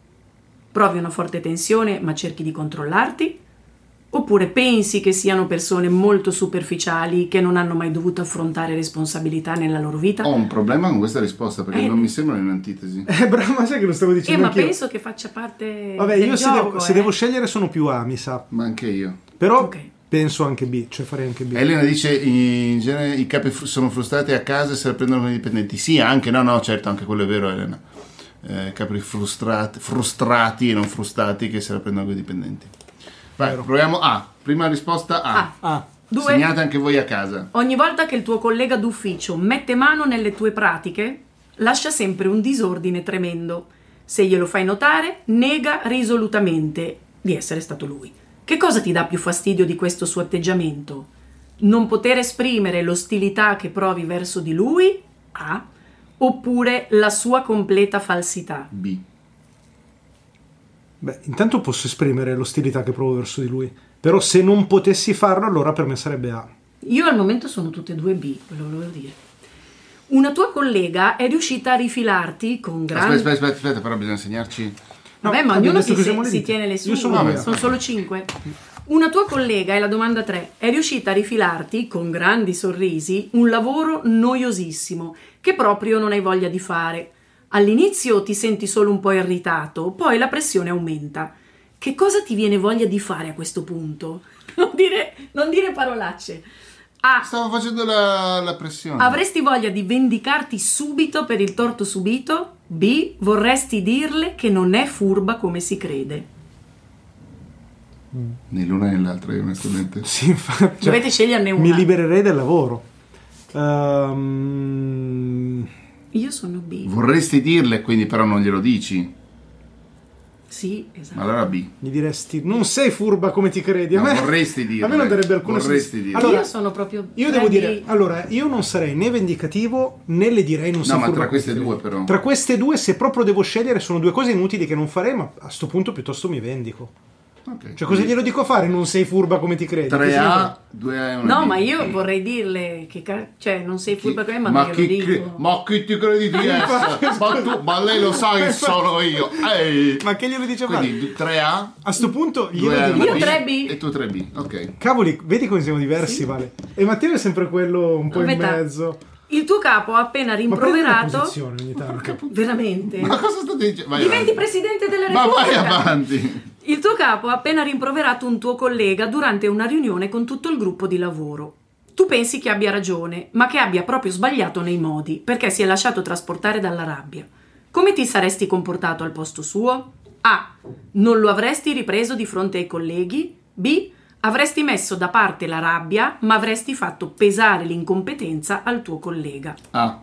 Provi una forte tensione ma cerchi di controllarti? Oppure pensi che siano persone molto superficiali che non hanno mai dovuto affrontare responsabilità nella loro vita? Ho un problema con questa risposta perché Eh. non mi sembra un'antitesi. Eh, bravo, ma sai che lo stavo Eh, dicendo ma anch'io. penso che faccia parte Vabbè, del io se, gioco, devo, se eh. devo scegliere sono più A, mi sa. Ma anche io. Però Ok. penso anche B, cioè farei anche B. Elena dice in genere i capi fru- sono frustrati a casa e se la prendono con i dipendenti. Sì, anche, no, no, certo, anche quello è vero, Elena. Eh, capi frustrati, frustrati e non frustati che se la prendono con i dipendenti. Vai, Vero. proviamo A. Prima risposta A. Ah. Ah, Due. Segnate anche voi a casa. Ogni volta che il tuo collega d'ufficio mette mano nelle tue pratiche, lascia sempre un disordine tremendo. Se glielo fai notare, nega risolutamente di essere stato lui. Che cosa ti dà più fastidio di questo suo atteggiamento? Non poter esprimere l'ostilità che provi verso di lui? A. Oppure la sua completa falsità? B. beh, intanto posso esprimere l'ostilità che provo verso di lui. Però se non potessi farlo, allora per me sarebbe A. Io al momento sono tutte e due B, ve lo volevo dire. Una tua collega è riuscita a rifilarti con grande... Aspetta, aspetta, aspetta, però bisogna segnarci. Vabbè, No, ma abbiamo ognuno detto si, che usiamo se- le si dita. tiene le sue. Io sono Vabbè. due. Sono solo cinque. Una tua collega, è la domanda tre, è riuscita a rifilarti con grandi sorrisi un lavoro noiosissimo che proprio non hai voglia di fare. All'inizio ti senti solo un po' irritato, poi la pressione aumenta. Che cosa ti viene voglia di fare a questo punto? Non dire, non dire parolacce. A. Stavo facendo la, la pressione. Avresti voglia di vendicarti subito per il torto subito? B. Vorresti dirle che non è furba come si crede. Né l'una né l'altra, io onestamente. Sì, infatti. cioè, Dovete sceglierne una. mi libererei del lavoro. Ehm, Io sono B. Vorresti dirle, quindi però non glielo dici. Sì, esatto. Allora B. mi diresti, non sei furba come ti credi. A No, me, vorresti dirle. A me non darebbe alcuna Vorresti sensazione. dirle. Allora, io sono proprio io tre devo B. dire, allora, io non sarei né vendicativo né le direi non sei No, ma furba tra come queste ti due credi. però. Tra queste due, se proprio devo scegliere, sono due cose inutili che non farei, ma a sto punto piuttosto mi vendico. Ok. Cioè, cosa glielo dico a fare? Non sei furba come ti credi. Che se ne tre A, frega? due A e una No, B. ma io vorrei dirle che ca- cioè non sei furba come me, ma, ma io chi lo dico. cre- ma chi ti credi di essere? ma, tu, ma lei lo sa che sono io. Ehi. Ma che glielo dice a fare? Quindi tre A, A sto punto glielo due A e dico. una Io tre B. e tu tre B. Ok. Cavoli, vedi come siamo diversi, Vale. E Matteo è sempre quello un po' in Metà. mezzo. Il tuo capo ha appena Ma prendi una rimproverato. posizione ogni tanto. Veramente. Ma cosa state dicendo? Vai Diventi avanti. presidente della Ma vai Repubblica. avanti. Il tuo capo ha appena rimproverato un tuo collega durante una riunione con tutto il gruppo di lavoro. Tu pensi che abbia ragione, ma che abbia proprio sbagliato nei modi, perché si è lasciato trasportare dalla rabbia. Come ti saresti comportato al posto suo? A. Non lo avresti ripreso di fronte ai colleghi? B. Avresti messo da parte la rabbia, ma avresti fatto pesare l'incompetenza al tuo collega. A.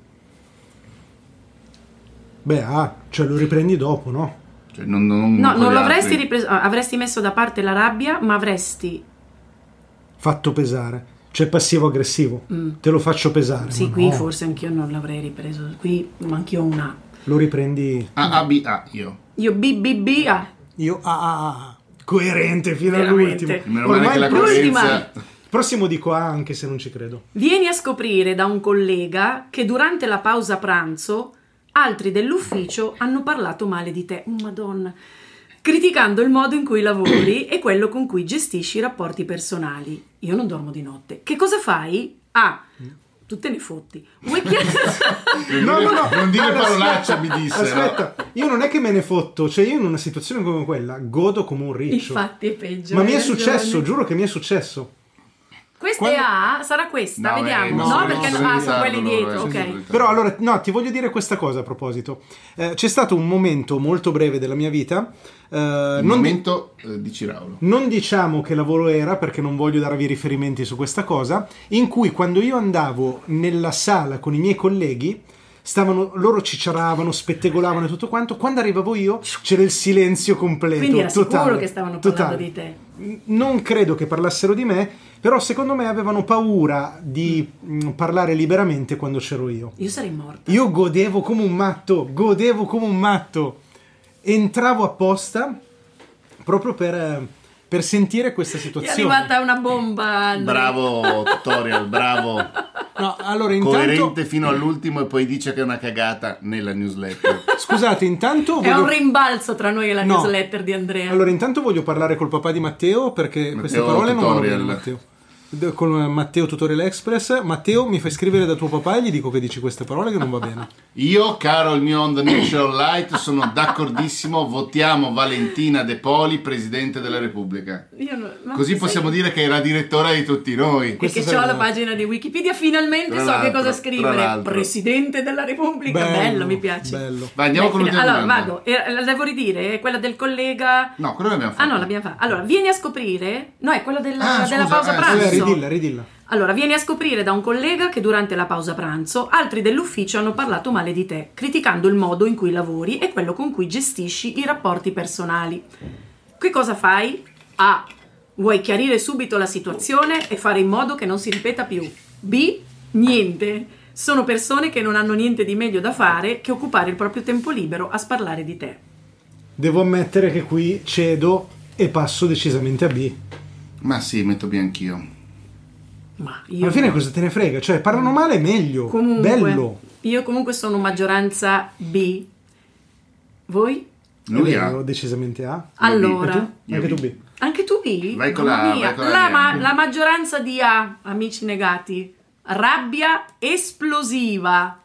Beh, ah, cioè lo riprendi dopo, no? Cioè, non, non, No, con non gli lo avresti altri. ripreso, ah, avresti messo da parte la rabbia, ma avresti... Fatto pesare. Cioè passivo-aggressivo. Te lo faccio pesare. Mm. Sì, ma qui no. forse anch'io non l'avrei ripreso. Qui anch'io ho un A. Lo riprendi... A, A, B, A, io. Io B, B, B, A. Io, ah, ah, ah. Coerente fino Veramente. all'ultimo. Meno male Ormai che la il prossimo- coerenza... il prossimo dico A anche se non ci credo. Vieni a scoprire da un collega che durante la pausa pranzo altri dell'ufficio hanno parlato male di te. Oh, Madonna. Criticando il modo in cui lavori e quello con cui gestisci i rapporti personali. Io non dormo di notte. Che cosa fai? A. Tu te ne fotti. Vuoi chiedere? No, no, no. Non dire Allora, parolacce, aspetta, mi dissero. Aspetta, io non è che me ne fotto, cioè io in una situazione come quella godo come un riccio. Infatti è peggio. Ma mi è hai successo, ragione. giuro che mi è successo. Questa Quando- è A, sarà questa, No, vediamo. eh, No, no, perché sono in ah, sono ritardo quelli loro, dietro, eh, sono in ok. ritardo. Però allora, no, ti voglio dire questa cosa a proposito. Eh, c'è stato un momento molto breve della mia vita, eh, Il non, di- momento eh, di Ciraulo. non diciamo che lavoro era, perché non voglio darvi riferimenti su questa cosa, in cui quando io andavo nella sala con i miei colleghi, stavano, loro cicciaravano, spettegolavano e tutto quanto, quando arrivavo io c'era il silenzio completo. Quindi era totale, sicuro che stavano parlando totale. di te. Non credo che parlassero di me, però secondo me avevano paura di mh, parlare liberamente quando c'ero io. Io sarei morta. Io godevo come un matto, godevo come un matto. Entravo apposta proprio per, eh, per sentire questa È situazione. arrivata una bomba. Andrea. Bravo tutorial, bravo. No, allora intanto, Coerente fino all'ultimo e poi dice che è una cagata nella newsletter. scusate, intanto È voglio... un rimbalzo tra noi e la No. newsletter di Andrea. Allora intanto voglio parlare col papà di Matteo, perché queste parole non vanno bene, Tutorial. Matteo. D- Con Matteo Tutorial Express. Matteo, mi fai scrivere da tuo papà e gli dico che dici queste parole che non va bene. Io, caro il mio On The Natural Light, sono d'accordissimo. Votiamo Valentina De Poli, Presidente della Repubblica. Io no- ma Così sai- possiamo dire che è la direttora di tutti noi. E Questo che sarebbe- ho la pagina di Wikipedia, finalmente Tra so che l'altro, cosa tra scrivere. l'altro. Presidente della Repubblica, bello, mi piace. Bello. Vai, andiamo Beh, con l'ultima allora, domanda. vado. Eh, la devo ridire? È quella del collega. No, quello l'abbiamo fatto. Ah no, l'abbiamo fatto. Allora, vieni a scoprire. No, è quello della, Ah, della scusa, pausa eh, pranzo. Eh, ridilla, ridilla. Allora, vieni a scoprire da un collega che durante la pausa pranzo altri dell'ufficio hanno parlato male di te, criticando il modo in cui lavori e quello con cui gestisci i rapporti personali. Che cosa fai? A. Vuoi chiarire subito la situazione e fare in modo che non si ripeta più. B. Niente. Sono persone che non hanno niente di meglio da fare che occupare il proprio tempo libero a sparlare di te. Devo ammettere che qui cedo e passo decisamente a B. Ma sì, metto B anch'io. Ma io Alla fine cosa te ne frega? Cioè, parlano male è meglio. comunque, Bello. io comunque sono maggioranza B. Voi? Lui È ha. vero, decisamente A. Allora. E tu? Io Anche B. tu B. Anche tu B? Vai con Mamma la A, mia. vai con la La, B. ma- la maggioranza di A, amici negati. Rabbia esplosiva.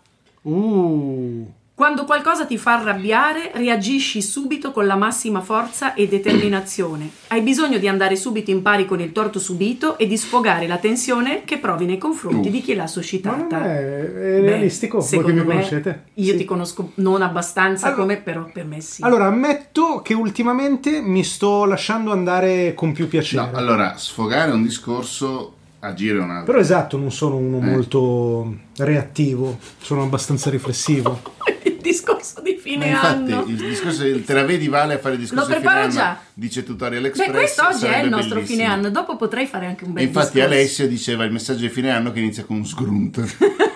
Uh. Quando qualcosa ti fa arrabbiare, reagisci subito con la massima forza e determinazione. Hai bisogno di andare subito in pari con il torto subito e di sfogare la tensione che provi nei confronti Uh. di chi l'ha Ma suscitata. non è, è Beh, realistico, voi che secondo mi me, conoscete. Io Sì. ti conosco non abbastanza Allora- come, però per me sì. Allora, ammetto che ultimamente mi sto lasciando andare con più piacere. No, allora, sfogare un discorso, agire un altro. Però esatto, non sono uno Eh. molto reattivo, sono abbastanza riflessivo. Il discorso di Ma fine infatti, anno. il discorso del- te la vedi Vale a fare il discorso Lo di fine preparo anno, già. dice Tutorial Express. Beh, questo oggi è sarebbe il nostro bellissimo. fine anno. Dopo potrei fare anche un E bel infatti discorso. Alessio diceva il messaggio di fine anno che inizia con un sgrunt.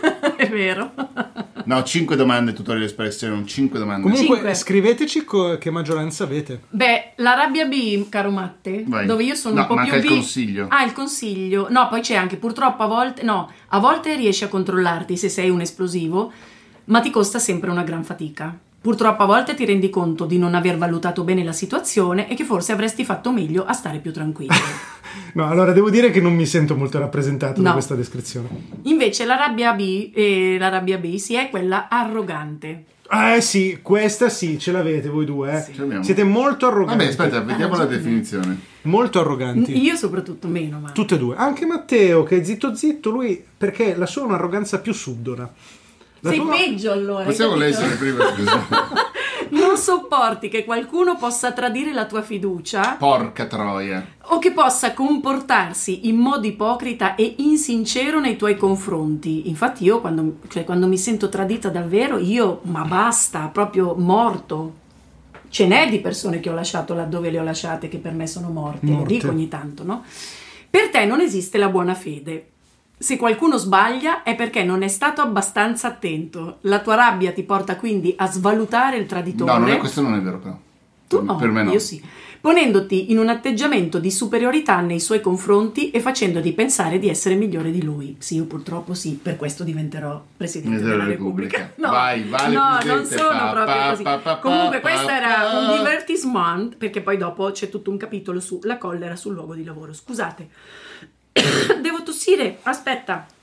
È vero. No, cinque domande Tutorial Express, c'erano cinque domande. Comunque, Cinque. scriveteci co- che maggioranza avete. Beh, la rabbia B, caro Matte, Vai. dove io sono No, un po' manca più il B. consiglio. Ah, il consiglio. No, poi c'è anche purtroppo a volte, no, a volte riesci a controllarti se sei un esplosivo, ma ti costa sempre una gran fatica. Purtroppo a volte ti rendi conto di non aver valutato bene la situazione e che forse avresti fatto meglio a stare più tranquillo. No, allora devo dire che non mi sento molto rappresentato da No. questa descrizione. Invece la rabbia B, eh, la rabbia B sì, è quella arrogante. Eh sì, questa sì, ce l'avete voi due, eh. Ce l'abbiamo. Siete molto arroganti. Vabbè, aspetta, vediamo la ragione. definizione. Molto arroganti. Io soprattutto meno, ma... Tutte e due. Anche Matteo, che è zitto zitto, lui, perché la sua è un'arroganza più subdola. La Sei tua- peggio allora. hai Possiamo capito? leggere prima, scusa. Non sopporti che qualcuno possa tradire la tua fiducia Porca troia. o che possa comportarsi in modo ipocrita e insincero nei tuoi confronti. Infatti io quando, cioè, quando mi sento tradita davvero, io, ma basta, proprio morto. Ce n'è di persone che ho lasciato laddove le ho lasciate che per me sono morte, lo Morte. dico ogni tanto, no? Per te non esiste la buona fede. Se qualcuno sbaglia è perché non è stato abbastanza attento. La tua rabbia ti porta quindi a svalutare il traditore. No, non è, questo non è vero però. Tu no, Per me no. io sì. Ponendoti in un atteggiamento di superiorità nei suoi confronti e facendoti pensare di essere migliore di lui. Sì, io purtroppo sì, per questo diventerò Presidente Della della Repubblica. Repubblica. No, Vai, vale, no, non Presidente. sono Pa, proprio pa, così. pa, pa, Comunque pa, questo pa, era pa. un divertissement, perché poi dopo c'è tutto un capitolo sulla collera sul luogo di lavoro. Scusate, devo tossire, aspetta.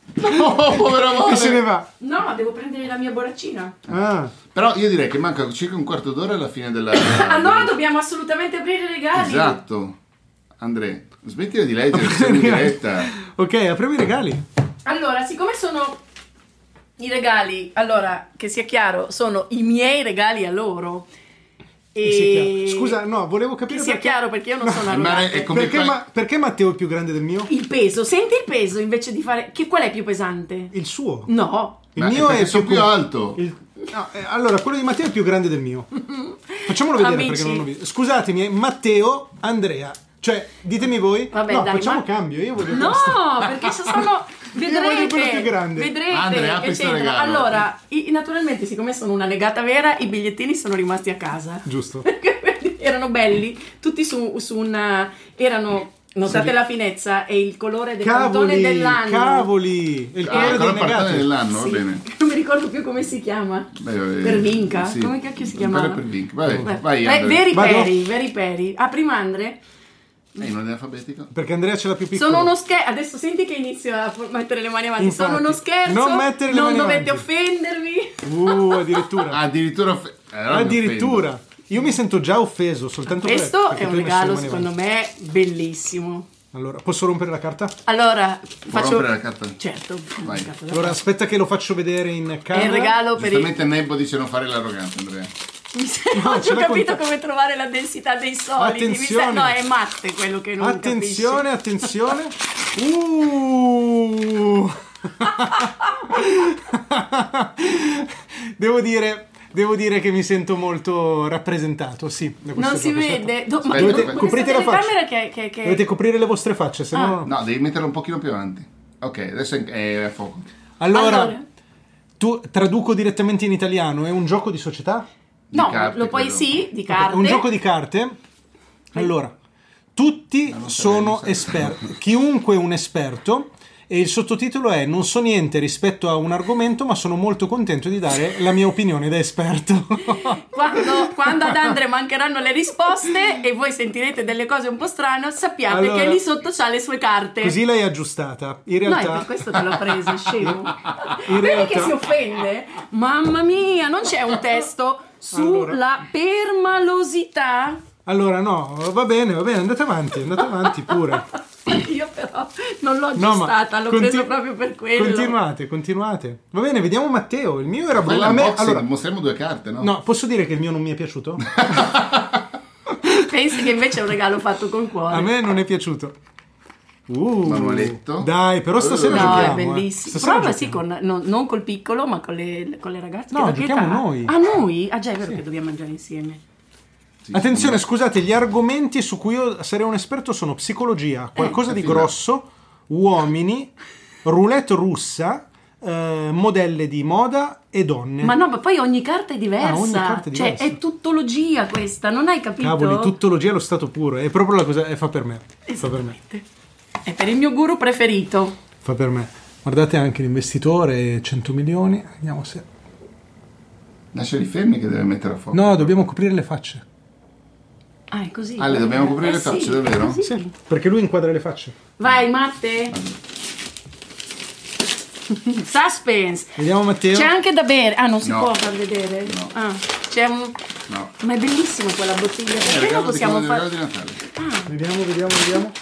Oh, povero amore. E se ne va. No, devo prendere la mia boraccina. Ah. Però io direi che manca circa un quarto d'ora alla fine della... Ah no, dobbiamo assolutamente aprire i regali. Esatto. Andrea, smettila di leggere, siamo in diretta. Ok, apriamo i regali. Allora, siccome sono i regali, allora, che sia chiaro, sono i miei regali a loro. Che sia E... chiaro. Scusa, no, volevo capire Che sia perché... chiaro perché io non sono il mare arrogante. è come Perché, qua- ma- perché Matteo è più grande del mio? Il peso, senti il peso invece di fare... Che, qual è più pesante? Il suo. No. Il Ma mio è è, perché sono più com- alto. il- no, eh, allora, quello di Matteo è più grande del mio. Facciamolo vedere Amici. perché non l'ho visto. Scusatemi, Matteo, Andrea. Cioè, ditemi voi. Vabbè, no, dai, facciamo ma- cambio. Io voglio No, questo. perché se sono... Io voglio quello più Vedrete, grande. vedrete, Andrea, apri sto eccetera. regalo. Allora, i- naturalmente, siccome sono una negata vera, i bigliettini sono rimasti a casa. Giusto. Erano belli, tutti su, su una... erano... Notate Sì. la finezza e il colore del cartone Cavoli, dell'anno. cavoli. Il Ah, colore ancora dei il partone negati. dell'anno, va Sì. bene. Non mi ricordo più come si chiama. Beh, vabbè, Per Vinca? sì. Come cacchio si Per- chiamava? Per Vinca. Vabbè, Beh, vai eh, Andrea. veri Vado? peri, veri peri. Ah, prima Andre. Eh, in ordine alfabetico? Perché Andrea ce l'ha più piccola. Sono uno scherzo. Adesso senti che inizio a f- mettere le mani avanti. Infatti, Sono uno scherzo. non mettere le non mani dovete avanti. offendervi. Uh, addirittura. Ah, addirittura... off- eh, allora mi addirittura. offendo. Io mi sento già offeso soltanto per- Questo perché è un tu hai messo le regalo, mani secondo avanti. me, bellissimo. Allora, posso rompere la carta? Allora, Può faccio. rompere la carta? Certo. Vai. Carta da- Allora, aspetta che lo faccio vedere in È camera. il regalo per il. Giustamente Nebbo dice non fare l'arrogante, Andrea. Mi sa- No, non ce ho l'ha capito conta- come trovare la densità dei solidi. Mi sa- Attenzione. No, è Matte quello che non Attenzione, capisce. attenzione. Uh. devo dire, devo dire che mi sento molto rappresentato, sì. da questo Non si gioco, vede. certo. Do- ma Aspetta, dovete- aspetta. Coprite la faccia. telecamera che, che, che... Dovete coprire le vostre facce, se Ah. no... No, devi metterlo un pochino più avanti. Ok, adesso è, è a fuoco. Allora, Allora. tu traduco direttamente in italiano. È un gioco di società? Di No, carte, lo puoi credo. sì, di Ok, carte. È un gioco di carte. Allora, tutti non sono sapevo, esperti. Chiunque è un esperto. E il sottotitolo è: non so niente rispetto a un argomento, ma sono molto contento di dare la mia opinione da esperto. Quando, quando ad Andre mancheranno le risposte e voi sentirete delle cose un po' strane, sappiate Allora, che lì sotto c'ha le sue carte. Così l'hai aggiustata. In No, è realtà, per questo te l'ho preso, scemo. In Vedi realtà- che si offende? Mamma mia, non c'è un testo sulla Allora. permalosità? allora, no, va bene, va bene, andate avanti, andate avanti pure. Io però non l'ho No, ma aggiustata, l'ho conti- preso proprio per quello. Continuate, continuate. Va bene, vediamo Matteo. Il mio era Fai brutto. A me, l'unboxing, allora, mostriamo due carte, no? no, posso dire che il mio non mi è piaciuto? Pensi che invece è un regalo fatto con cuore? A me non è piaciuto. Uh, Manualetto. Dai, però stasera Uh. No, giochiamo. è eh. bellissimo. Stasera Prova sì, giochiamo. con, non, non col piccolo, ma con le, con le ragazze. No, Che- che giochiamo età? noi. Ah, noi? Ah, già, è vero che dobbiamo mangiare insieme. Sì, Attenzione, sì. scusate, gli argomenti su cui io sarei un esperto sono psicologia, qualcosa Eh, di fila. grosso, uomini, roulette russa, eh, modelle di moda e donne. Ma no, ma poi ogni carta è diversa. Ah, ogni carta è cioè, diversa. è tuttologia questa, non hai capito? Cavoli, tuttologia allo stato puro, è proprio la cosa, eh, fa per me, fa per me, Esattamente. È per il mio guru preferito. fa per me. Guardate anche l'investitore, cento milioni, vediamo se... Lasciali fermi che deve mettere a fuoco. No, dobbiamo coprire le facce. Ah, è così. Ah, le dobbiamo coprire Eh le facce, sì, davvero? così. Sì, perché lui inquadra le facce. Vai, Matte. Suspense. Vediamo Matteo. C'è anche da bere. Ah, non si No. può far vedere? No. Ah, c'è un... No. Ma è bellissima quella bottiglia. È il Perché non regalo di, possiamo il fare... regalo di Natale. Vediamo, vediamo, vediamo.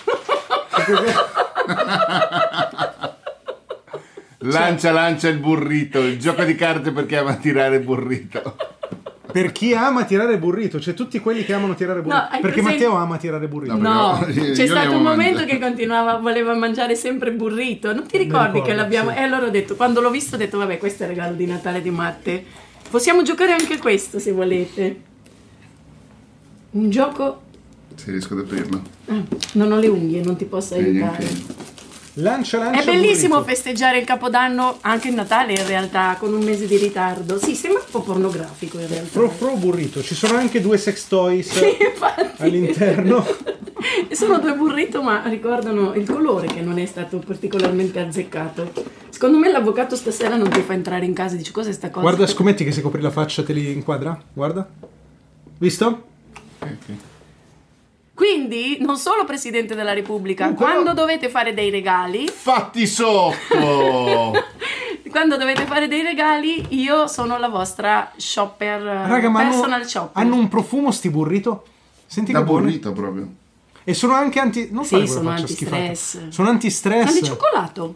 Lancia, lancia il burrito. Il gioco di carte perché ama tirare il burrito. Per chi ama tirare burrito, cioè tutti quelli che amano tirare burrito. No, hai perché presente- Matteo ama tirare burrito. No, No, Però io c'è li stato amo un momento mangiati. che continuava, voleva mangiare sempre burrito. Non ti ricordi ricordo, che l'abbiamo... sì. E allora ho detto, quando l'ho visto ho detto, vabbè, questo è il regalo di Natale di Matte. Possiamo giocare anche questo se volete. Un gioco... Se riesco ad aprirlo. Ah, non ho le unghie, non ti posso Vedi, aiutare. ok. Lancia, lancia È bellissimo burrito. festeggiare il Capodanno anche il Natale in realtà, con un mese di ritardo. Sì, sembra un po' pornografico in realtà. Fro fro burrito. Ci sono anche due sex toys Infatti. all'interno. Sono due burrito, ma ricordano il colore che non è stato particolarmente azzeccato. Secondo me l'avvocato stasera non ti fa entrare in casa e dice cos'è sta cosa. Guarda, scommetti che se copri la faccia te li inquadra? Guarda. Visto? Ok, ok. Quindi, non solo Presidente della Repubblica, Comunque, quando no. dovete fare dei regali, Fatti sotto! quando dovete fare dei regali, io sono la vostra shopper, Raga, ma personal hanno, shopper. hanno un profumo sti burrito. Senti Da che buoni. burrito proprio. E sono anche anti... Non Sì, fare quella sono faccia antistress. schifata. Sono antistress. Sono di cioccolato.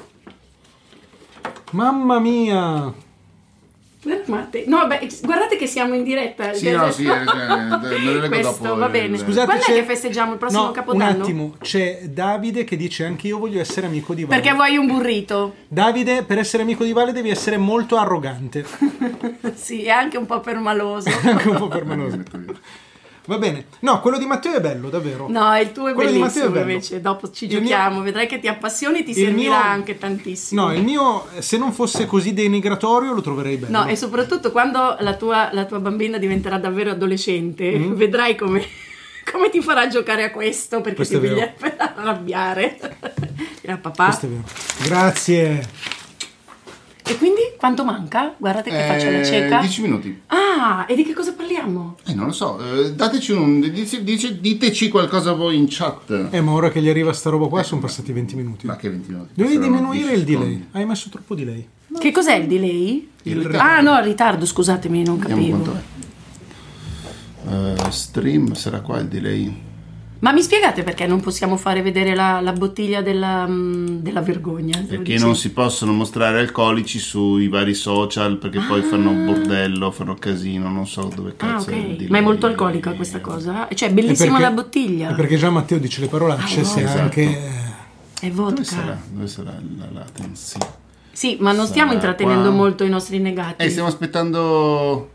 Mamma mia. Guardate, no, beh, guardate che siamo in diretta. Sì, no, sì, eh, eh, me lo leggo Questo dopo. va il- bene. Scusate, Quando è c'è- che festeggiamo il prossimo no, Capodanno? un attimo, c'è Davide che dice anche io voglio essere amico di Vale. Perché vuoi un burrito? Davide, per essere amico di Vale devi essere molto arrogante. Sì, e anche un po' permaloso. Anche un po' permaloso. Va bene. No, quello di Matteo è bello, davvero. No, il tuo è Quello di Matteo è bellissimo bello. invece. Dopo ci Il giochiamo, mio- vedrai che ti appassioni e ti il servirà mio- anche tantissimo. No, il mio, se non fosse così denigratorio, lo troverei bello. No, e soprattutto quando la tua, la tua bambina diventerà davvero adolescente, Mm. vedrai come, come ti farà giocare a questo, perché Questo ti è vero. farà arrabbiare. Dirà papà. Questo è vero. Grazie. E quindi quanto manca? Guardate che faccio la Eh, cieca. dieci minuti. Ah, e di che cosa parliamo? Eh, non lo so, eh, dateci un. dice- dice- diteci qualcosa voi in chat. Eh, ma ora che gli arriva sta roba qua sono passati venti minuti. Ma che venti minuti? Devi Saranno diminuire dieci il delay. secondi. Hai messo troppo delay. Che cos'è il delay? Il Il- ritardo. Ah, no, il ritardo, scusatemi, non Vediamo capivo. quanto è. Eh, stream, sarà qua il delay? Ma mi spiegate perché non possiamo fare vedere la, la bottiglia della, mm, della vergogna? Devo Perché dire. non si possono mostrare alcolici sui vari social perché poi fanno bordello, fanno casino, non so dove Ah, cazzo è il ok. delay. Ma è molto alcolica questa cosa? Cioè, bellissima È perché- la bottiglia. È perché già Matteo dice le parolacce, Ah, se esatto. anche... È Dove vodka. sarà? Dove sarà la latency? Sì, ma non stiamo Sarà intrattenendo qua. molto i nostri negati. Eh, stiamo aspettando.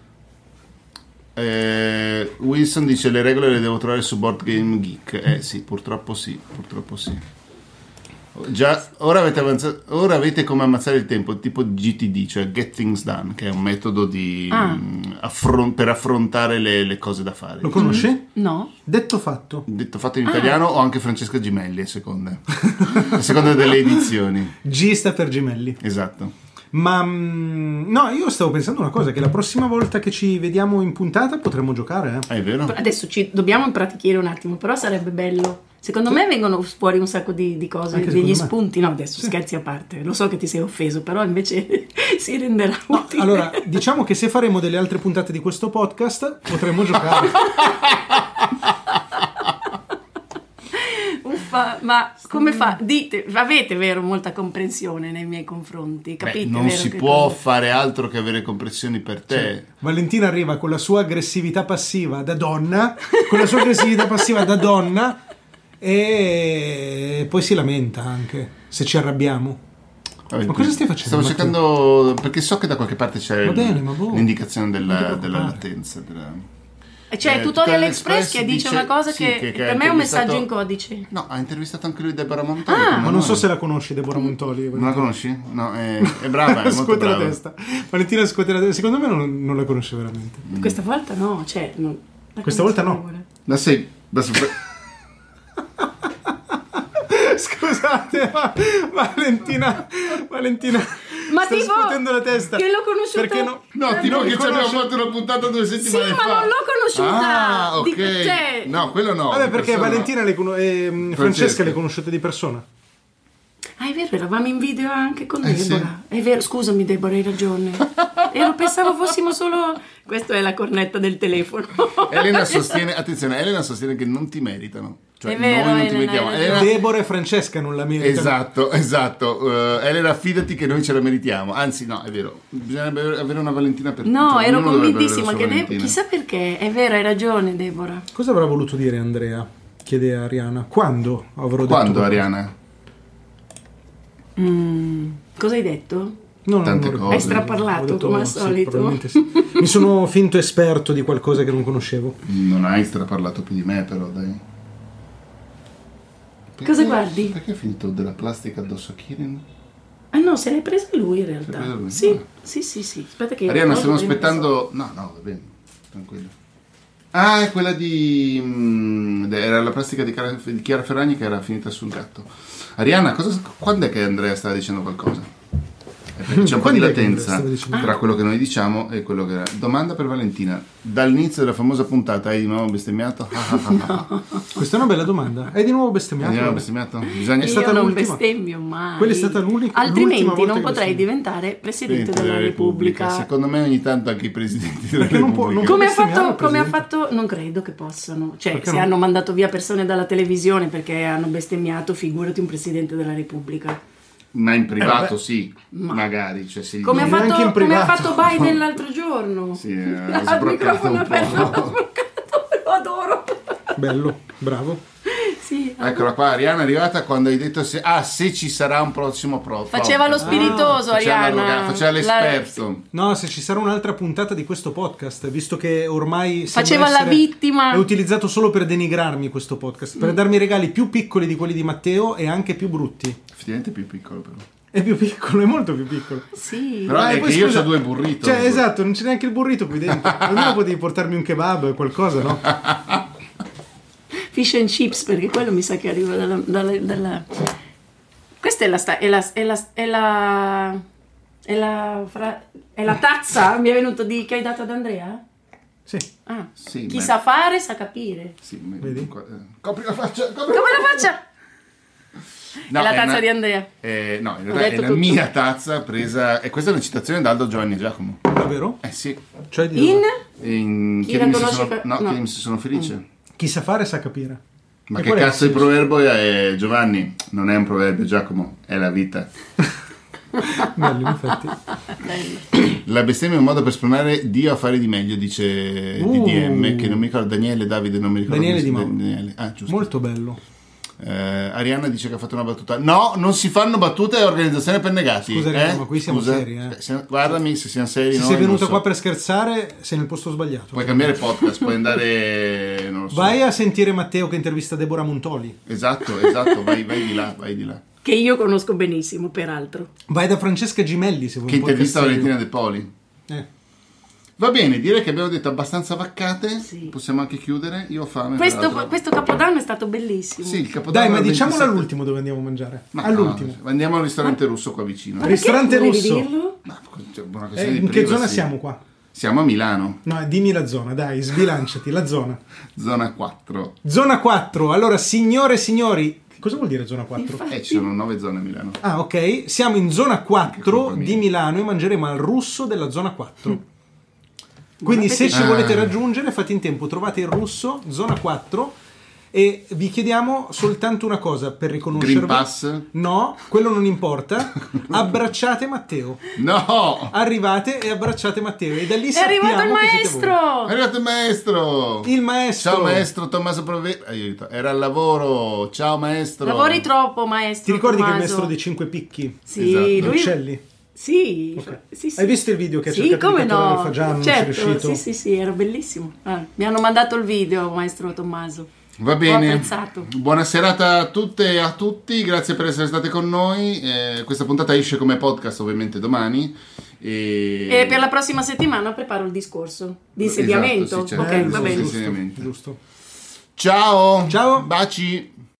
Eh, Wilson dice le regole le devo trovare su Board Game Geek. Eh sì, purtroppo sì, purtroppo sì. Già, ora avete, avanzato, ora avete come ammazzare il tempo, tipo G T D, cioè Get Things Done, che è un metodo di, Ah. mh, affron- per affrontare le, le cose da fare. Lo conosci? No? Detto fatto. Detto fatto in italiano o anche Francesca Gimelli a seconda, a seconda delle edizioni. G sta per gemelli. Esatto. Ma mm, no, io stavo pensando una cosa, che la prossima volta che ci vediamo in puntata potremo giocare, eh. Ah, è vero? Adesso ci dobbiamo impratichire un attimo, però sarebbe bello. Secondo me vengono fuori un sacco di, di cose, Anche degli secondo me. spunti. No, adesso scherzi a parte. Lo so che ti sei offeso, però invece si renderà utile. Allora, diciamo che se faremo delle altre puntate di questo podcast potremo giocare. Uffa, ma come fa? Dite, avete vero molta comprensione nei miei confronti, capite? Beh, non vero si che può cosa? fare altro che avere comprensioni per te. Valentina arriva con la sua aggressività passiva da donna, con la sua aggressività passiva da donna e poi si lamenta anche se ci arrabbiamo. Vabbè, Ma cosa stai facendo, Stavo Matteo? cercando, perché so che da qualche parte c'è Va il- bene, ma boh, l'indicazione non ti della, preoccupare. della latenza. Della... C'è Eh, Tutorial Tutorial Express che dice una cosa sì, che, che- che per ha me è un messaggio intervistato- in codice. No, ha intervistato anche lui Deborah Montoli. Ah, come Ma non noi. so se la conosci, Deborah Montoli. Non la conosci? No, è, è brava, è molto Scuote la brava. testa. Valentina scuote la testa. Secondo me non, non la conosce veramente. Questa volta no, cioè... no. La Questa volta no. conoscevo. La sei... adesso- Scusate, ma Valentina, Valentina Ma sta tipo, scuotendo la testa. che l'ho conosciuta- Perché no? No, tipo non che mi ci abbiamo conosce. fatto una puntata due Sì, settimane ma fa. non l'ho conosciuta. Ah, ok. Di- cioè- No, quello no. Vabbè, di perché persona. Valentina le cono- eh, Francesca. Francesca le conosciute di persona. Ah, è vero, eravamo in video anche con Eh, Deborah. È vero, scusami Deborah, hai ragione. Ero, pensavo fossimo solo... Questa è la cornetta del telefono. Elena sostiene, attenzione, Elena sostiene che non ti meritano. Cioè, È vero, noi non ti Elena, meritiamo. hai Elena, Deborah e Francesca non la meritano. esatto, esatto. Eh, Elena, fidati che noi ce la meritiamo. Anzi, no, è vero. Bisognerebbe avere una Valentina per No, cioè, ero ognuno dovrebbe avere convintissima la che sua De- Valentina. chissà perché. È vero, hai ragione Deborah. Cosa avrà voluto dire Andrea? Chiede Ariana. Quando avrò detto Quando, qualcosa? Ariana? Mm, cosa hai detto? No, no, Tante non cose. ricordo. Hai straparlato, Ho detto, come al sì, solito. probabilmente sì. Mi sono finto esperto di qualcosa che non conoscevo. Non hai straparlato più di me, però, dai. Perché- Cosa guardi? Perché hai finito della plastica addosso a Kirin? Ah no, se l'hai presa lui in Se l'ha presa realtà. lui? Sì, Ah. sì, sì, sì. Aspetta che... Ariana, io stiamo prima aspettando... No, no, va bene, tranquillo. Ah, è quella di... mm, era la plastica di Chiara, di Chiara Ferragni che era finita sul gatto. Ariana, cosa, quando è che Andrea stava dicendo qualcosa? perché c'è un po' di Quando è che latenza stavo dicendo? tra quello che noi diciamo e quello che... Domanda per Valentina. Dall'inizio della famosa puntata hai di nuovo bestemmiato? No. Questa è una bella domanda. Hai di nuovo bestemmiato? Hai di nuovo bestemmiato? Bisogna... È stata Io non l'ultima. bestemmio mai. Quella è stata l'unica- Altrimenti l'ultima volta non che potrei bestemmio. diventare Presidente della Repubblica. Secondo me ogni tanto anche i presidenti della Perché non può- Repubblica. non Come ha, bestemmiare fatto, il come ha presidente? fatto, non credo che possano, cioè Perché se no? hanno mandato via persone dalla televisione perché hanno bestemmiato, figurati un Presidente della Repubblica. Ma in privato Eh, beh. sì, Ma- magari. Cioè, se gli- Come ha, Neanche fatto, in come ha privato. fatto Biden l'altro giorno. Sì, ha Ha il sbroccato microfono un po'. aperto, l'ha sbroccato, lo adoro. Bello, bravo. Sì, Eccola qua, Ariana è arrivata quando hai detto se, ah, se ci sarà un prossimo pro. faceva lo podcast. spiritoso, Ah, faceva Ariana. l'arroga- faceva La- l'esperto. No, se ci sarà un'altra puntata di questo podcast, visto che ormai sembra Faceva la essere- vittima. è utilizzato solo per denigrarmi questo podcast, per darmi regali più piccoli di quelli di Matteo e anche più brutti. Effettivamente è più piccolo però. È più piccolo, è molto più piccolo. Sì. Però Ah, e è poi che io scusa- ho due burrito. Cioè, esatto, non c'è neanche il burrito qui dentro. Almeno potevi portarmi un kebab o qualcosa, no? Fish and chips, perché quello mi sa che arriva dalla... dalla- dalla- Questa è la, sta- è la, è la, è la, è la, fra- è la tazza, mi è venuto di che hai dato ad Andrea? Sì. Ah. Sì, Chi ma- sa fare sa capire. Sì, ma- Vedi? qua- eh, Copri la faccia, copri Come la faccia? No, è la è tazza una- di Andrea. Eh, no, in Ho realtà è detto la tutto. mia tazza presa. E questa è una citazione da Aldo Giovanni e Giacomo. Davvero? Eh sì. Cioè, di In? In... Chi la chiedimi se conosce sono... per- No, no. chiedimi se sono felice. chi sa fare sa capire. Ma E che qual è il cazzo di senso? proverbio è, Giovanni? Non è un proverbio, Giacomo, è la vita. Bello, in effetti. Bello. La bestemmia è un modo per spronare Dio a fare di meglio, dice Uh. D D M, che non mi ricordo, Daniele, Davide, non mi ricordo. Daniele come Di si- Mauro. Daniele. Ah, giusto. Molto bello. Eh, Arianna dice che ha fatto una battuta. No, non si fanno battute a organizzazione per negati. Scusa, Arianna, eh? ma qui siamo Scusa. seri, eh. Se- Guardami, se siamo seri Se noi, sei non venuta so. qua per scherzare, sei nel posto sbagliato. Puoi cambiare podcast, puoi andare... non lo so. Vai a sentire Matteo che intervista Deborah Montoli. Esatto, esatto, vai, vai di là, vai di là. Che io conosco benissimo, peraltro. Vai da Francesca Gimelli se vuoi Che un podcast intervista serio. Valentina De Poli. Eh. Va bene, direi che abbiamo detto abbastanza vaccate. Sì. Possiamo anche chiudere. Io ho fame. Questo, peraltro. questo Capodanno è stato bellissimo. Sì, il Capodanno Dai, ma del diciamolo ventisette. all'ultimo dove andiamo a mangiare. Ma all'ultimo. no, andiamo al ristorante russo qua vicino. Ma perché Ristorante volevi russo. dirlo? Ma, cioè, una Eh, questione di in che privacy. zona siamo qua? Siamo a Milano, No, dimmi la zona, dai, sbilanciati, la zona. zona quattro. Zona quattro. Allora, signore e signori, cosa vuol dire zona quattro? Infatti. Eh, ci sono nove zone a Milano. Ah, ok. Siamo in zona Che quattro colpa mia. di Milano e mangeremo al russo della zona quattro. Quindi Buon se ci appetito. volete Ah. raggiungere, fate in tempo, trovate il russo, zona quattro, e vi chiediamo soltanto una cosa per riconoscervi. Green Pass? No, quello non importa. Abbracciate Matteo. No! Arrivate e abbracciate Matteo e da lì È sappiamo arrivato il che siete voi. È maestro! arrivato il maestro! Il maestro. Ciao maestro Tommaso Prove... Aiuto. Era al lavoro. Ciao maestro. Lavori troppo, maestro. Ti ricordi che il Tommaso? maestro dei cinque picchi? Sì, Esatto. lui... Uccelli. Sì, Ok. sì, sì. Hai visto il video che ha Sì, cercato di come catturare no? il fagiano, non certo, ci è riuscito? sì, sì, sì, era bellissimo. Ah, mi hanno mandato il video, maestro Tommaso. Va Ho bene. apprezzato. Buona serata a tutte e a tutti. Grazie per essere state con noi. Eh, questa puntata esce come podcast ovviamente domani. E, E per la prossima settimana preparo il discorso di insediamento. Esatto, sì, certo. Ok, Eh, va giusto, bene. giusto, Insediamento. giusto. Ciao. Ciao. Baci.